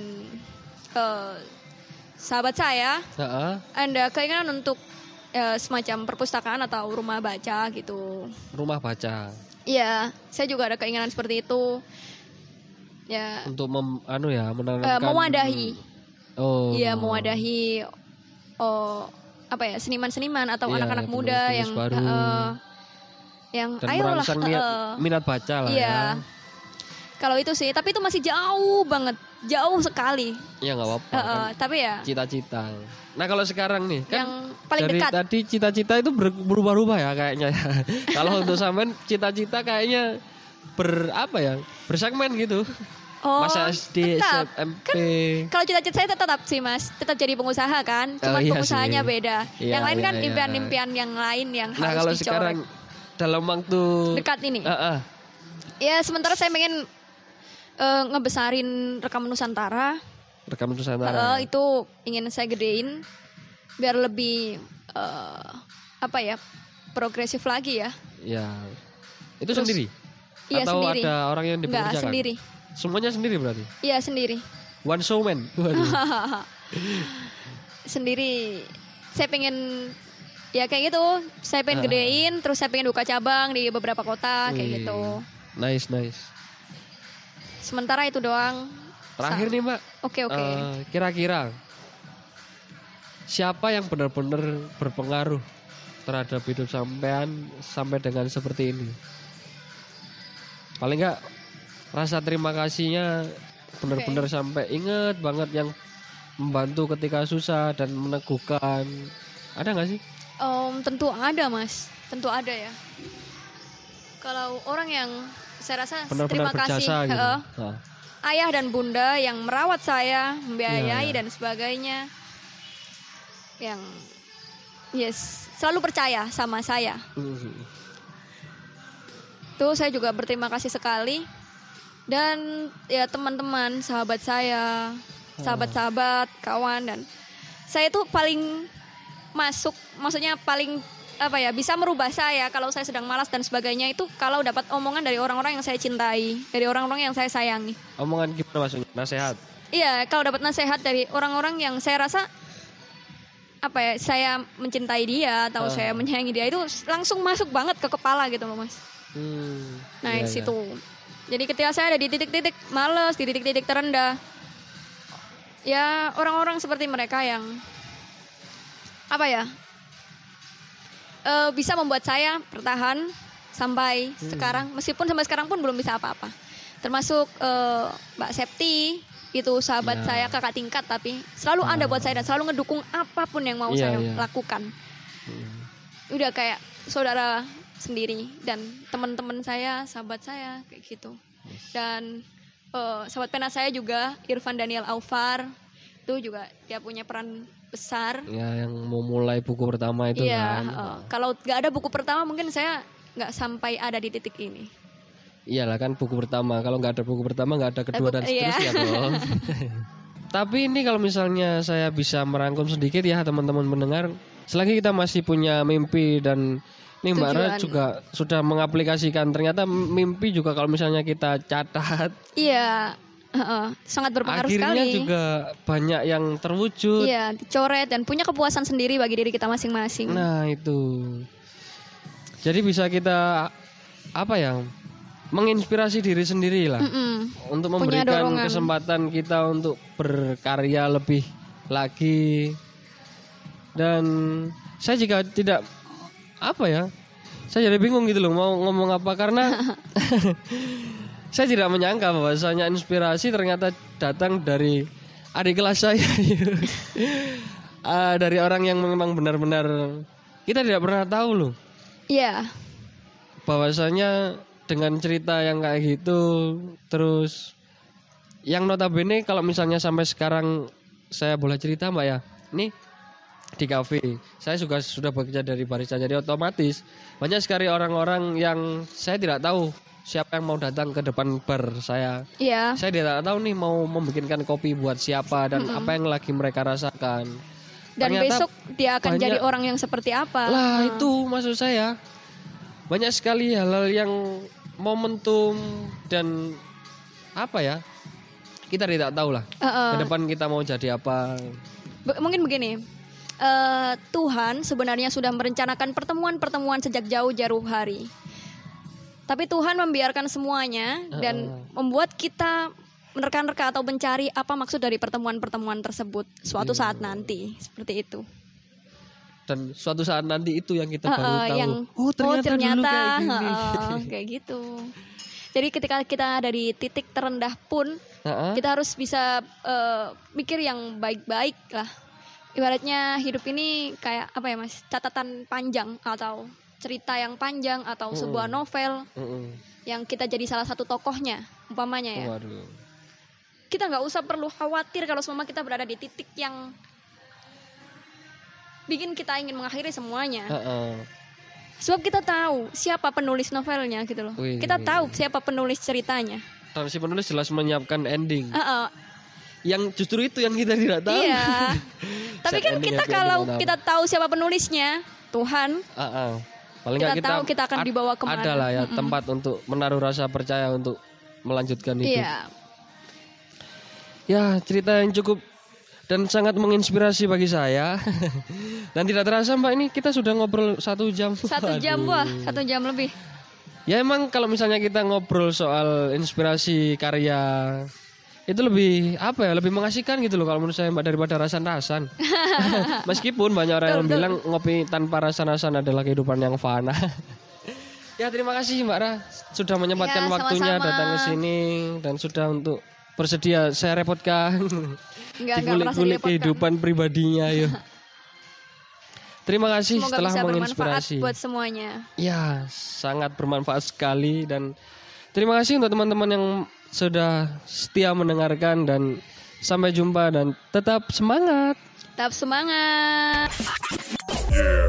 Speaker 2: sahabat saya. Ada keinginan untuk semacam perpustakaan atau rumah baca gitu.
Speaker 1: Rumah baca.
Speaker 2: Iya, saya juga ada keinginan seperti itu. Ya.
Speaker 1: Untuk menanamkan
Speaker 2: mewadahi. Iya, mewadahi seniman-seniman atau anak-anak muda yang yang
Speaker 1: dan
Speaker 2: ayolah
Speaker 1: merangsang minat baca lah
Speaker 2: iya.
Speaker 1: ya.
Speaker 2: Kalau itu sih, tapi itu masih jauh banget, jauh sekali.
Speaker 1: Ya nggak apa-apa. Kan
Speaker 2: tapi ya.
Speaker 1: Cita-cita. Nah kalau sekarang nih, kan
Speaker 2: yang paling
Speaker 1: dari
Speaker 2: dekat.
Speaker 1: tadi cita-cita itu berubah-ubah ya kayaknya. Kalau untuk sampean cita-cita kayaknya bersegmen gitu. Masa SD,
Speaker 2: tetap.
Speaker 1: SMP.
Speaker 2: Kan, kalau cita-cita saya tetap sih mas, tetap jadi pengusaha kan. Cuma
Speaker 1: iya
Speaker 2: pengusahanya
Speaker 1: sih.
Speaker 2: beda.
Speaker 1: Iya,
Speaker 2: yang lain kan
Speaker 1: iya.
Speaker 2: impian-impian yang lain yang
Speaker 1: Nah
Speaker 2: harus
Speaker 1: kalau
Speaker 2: dicoret.
Speaker 1: sekarang dalam waktu
Speaker 2: Dekat ini. Ya sementara saya pengen ngebesarin Rekam Nusantara.
Speaker 1: Rekam Nusantara.
Speaker 2: Itu ingin saya gedein biar lebih progresif lagi ya.
Speaker 1: Ya. Itu
Speaker 2: Terus,
Speaker 1: sendiri?
Speaker 2: Iya,
Speaker 1: atau
Speaker 2: sendiri.
Speaker 1: ada orang yang dipekerjakan?
Speaker 2: Enggak, sendiri.
Speaker 1: Semuanya sendiri berarti?
Speaker 2: Iya sendiri.
Speaker 1: One showman. Waduh.
Speaker 2: Sendiri. Saya pengen ya kayak gitu. Saya pengen gedein, terus saya pengen buka cabang di beberapa kota kayak gitu.
Speaker 1: Nice.
Speaker 2: Sementara itu doang.
Speaker 1: Terakhir nih Mbak.
Speaker 2: Oke.
Speaker 1: Kira-kira siapa yang benar-benar berpengaruh terhadap hidup sampean sampai dengan seperti ini? Paling enggak rasa terima kasihnya benar-benar sampai inget banget yang membantu ketika susah dan meneguhkan. Ada nggak sih?
Speaker 2: Tentu ada mas, tentu ada ya. Kalau orang yang saya rasa
Speaker 1: benar-benar
Speaker 2: terima kasih
Speaker 1: gitu.
Speaker 2: ayah dan bunda yang merawat saya, membiayai dan sebagainya, yang selalu percaya sama saya. Tuh saya juga berterima kasih sekali. Dan ya teman-teman, sahabat saya, sahabat-sahabat, kawan, dan saya tuh paling maksudnya paling bisa merubah saya kalau saya sedang malas dan sebagainya itu kalau dapat omongan dari orang-orang yang saya cintai, dari orang-orang yang saya sayangi.
Speaker 1: Omongan gimana maksudnya? Nasihat?
Speaker 2: Iya, kalau dapat nasihat dari orang-orang yang saya rasa saya mencintai dia atau saya menyayangi dia, itu langsung masuk banget ke kepala gitu loh mas. Nah di situ. Jadi ketika saya ada di titik-titik malas, di titik-titik terendah, ya orang-orang seperti mereka yang bisa membuat saya bertahan sampai sekarang, meskipun sampai sekarang pun belum bisa apa-apa. Termasuk Mbak Septi, itu sahabat saya, kakak tingkat, tapi selalu ada buat saya dan selalu ngedukung apapun yang mau saya lakukan. Udah kayak saudara sendiri, dan teman-teman saya, sahabat saya kayak gitu. Dan sahabat pena saya juga Irfan Daniel Aufar, itu juga dia punya peran besar. Ya,
Speaker 1: yang mau mulai buku pertama itu kan.
Speaker 2: Kalau nggak ada buku pertama mungkin saya nggak sampai ada di titik ini.
Speaker 1: Iyalah kan buku pertama. Kalau nggak ada buku pertama nggak ada kedua dan seterusnya dong. Tapi ini kalau misalnya saya bisa merangkum sedikit ya teman-teman mendengar, selagi kita masih punya mimpi dan ini Mbak Ra juga sudah mengaplikasikan, ternyata mimpi juga kalau misalnya kita catat.
Speaker 2: Iya, sangat berpengaruh sekali.
Speaker 1: Akhirnya juga banyak yang terwujud.
Speaker 2: Iya, dicoret dan punya kepuasan sendiri bagi diri kita masing-masing.
Speaker 1: Nah itu. Jadi bisa kita menginspirasi diri sendiri lah. Untuk memberikan kesempatan kita untuk berkarya lebih lagi. Dan saya juga tidak saya jadi bingung gitu loh mau ngomong apa, karena saya tidak menyangka bahwasanya inspirasi ternyata datang dari adik kelas saya. Dari orang yang memang benar-benar kita tidak pernah tahu loh.
Speaker 2: Iya.
Speaker 1: Bahwasanya dengan cerita yang kayak gitu, terus yang notabene kalau misalnya sampai sekarang saya boleh cerita Mbak ya, nih di kafe saya juga sudah bekerja dari barista, jadi otomatis banyak sekali orang-orang yang saya tidak tahu siapa yang mau datang ke depan bar saya.
Speaker 2: Iya.
Speaker 1: Saya tidak tahu nih mau membikinkan kopi buat siapa dan apa yang lagi mereka rasakan.
Speaker 2: Dan ternyata besok dia akan jadi orang yang seperti apa.
Speaker 1: Lah itu maksud saya. Banyak sekali hal-hal yang momentum dan kita tidak tahu lah ke depan kita mau jadi apa.
Speaker 2: Mungkin begini. Tuhan sebenarnya sudah merencanakan pertemuan-pertemuan sejak jauh-jauh hari. Tapi Tuhan membiarkan semuanya dan membuat kita menerka-nerka atau mencari apa maksud dari pertemuan-pertemuan tersebut suatu saat nanti, seperti itu.
Speaker 1: dan suatu saat nanti itu yang kita baru tahu.
Speaker 2: Ternyata
Speaker 1: dulu kayak gini.
Speaker 2: Kayak gitu. Jadi ketika kita dari titik terendah pun kita harus bisa mikir yang baik-baik lah. Ibaratnya hidup ini kayak apa ya Mas? Catatan panjang atau cerita yang panjang atau sebuah novel yang kita jadi salah satu tokohnya umpamanya ya.
Speaker 1: Waduh.
Speaker 2: Kita nggak usah perlu khawatir kalau semua kita berada di titik yang bikin kita ingin mengakhiri semuanya. Sebab kita tahu siapa penulis novelnya gitu loh. Kita tahu siapa penulis ceritanya. Dan
Speaker 1: si penulis jelas menyiapkan ending. Yang justru itu yang kita tidak tahu.
Speaker 2: Iya. Tapi kan kita kalau kita tahu siapa penulisnya, Tuhan. Paling kita tahu kita akan dibawa kemana.
Speaker 1: Ada lah ya tempat untuk menaruh rasa percaya untuk melanjutkan hidup.
Speaker 2: Iya.
Speaker 1: Ya cerita yang cukup dan sangat menginspirasi bagi saya. Dan tidak terasa Mbak, ini kita sudah ngobrol 1 jam.
Speaker 2: 1 jam, wah 1 jam lebih.
Speaker 1: Ya emang kalau misalnya kita ngobrol soal inspirasi karya itu lebih apa ya, lebih mengasihkan gitu loh kalau menurut saya Mbak, daripada rasan-rasan. Meskipun banyak orang yang bilang ngopi tanpa rasan-rasan adalah kehidupan yang fana. Ya terima kasih Mbak Ra sudah menyempatkan waktunya datang ke sini dan sudah untuk bersedia saya repotkan. Dikulik-kulik kehidupan pribadinya yuk. Terima kasih. Semoga telah menginspirasi
Speaker 2: buat semuanya.
Speaker 1: Ya sangat bermanfaat sekali dan terima kasih untuk teman-teman yang sudah setia mendengarkan dan sampai jumpa dan tetap semangat.
Speaker 2: Tetap semangat.
Speaker 3: Yeah.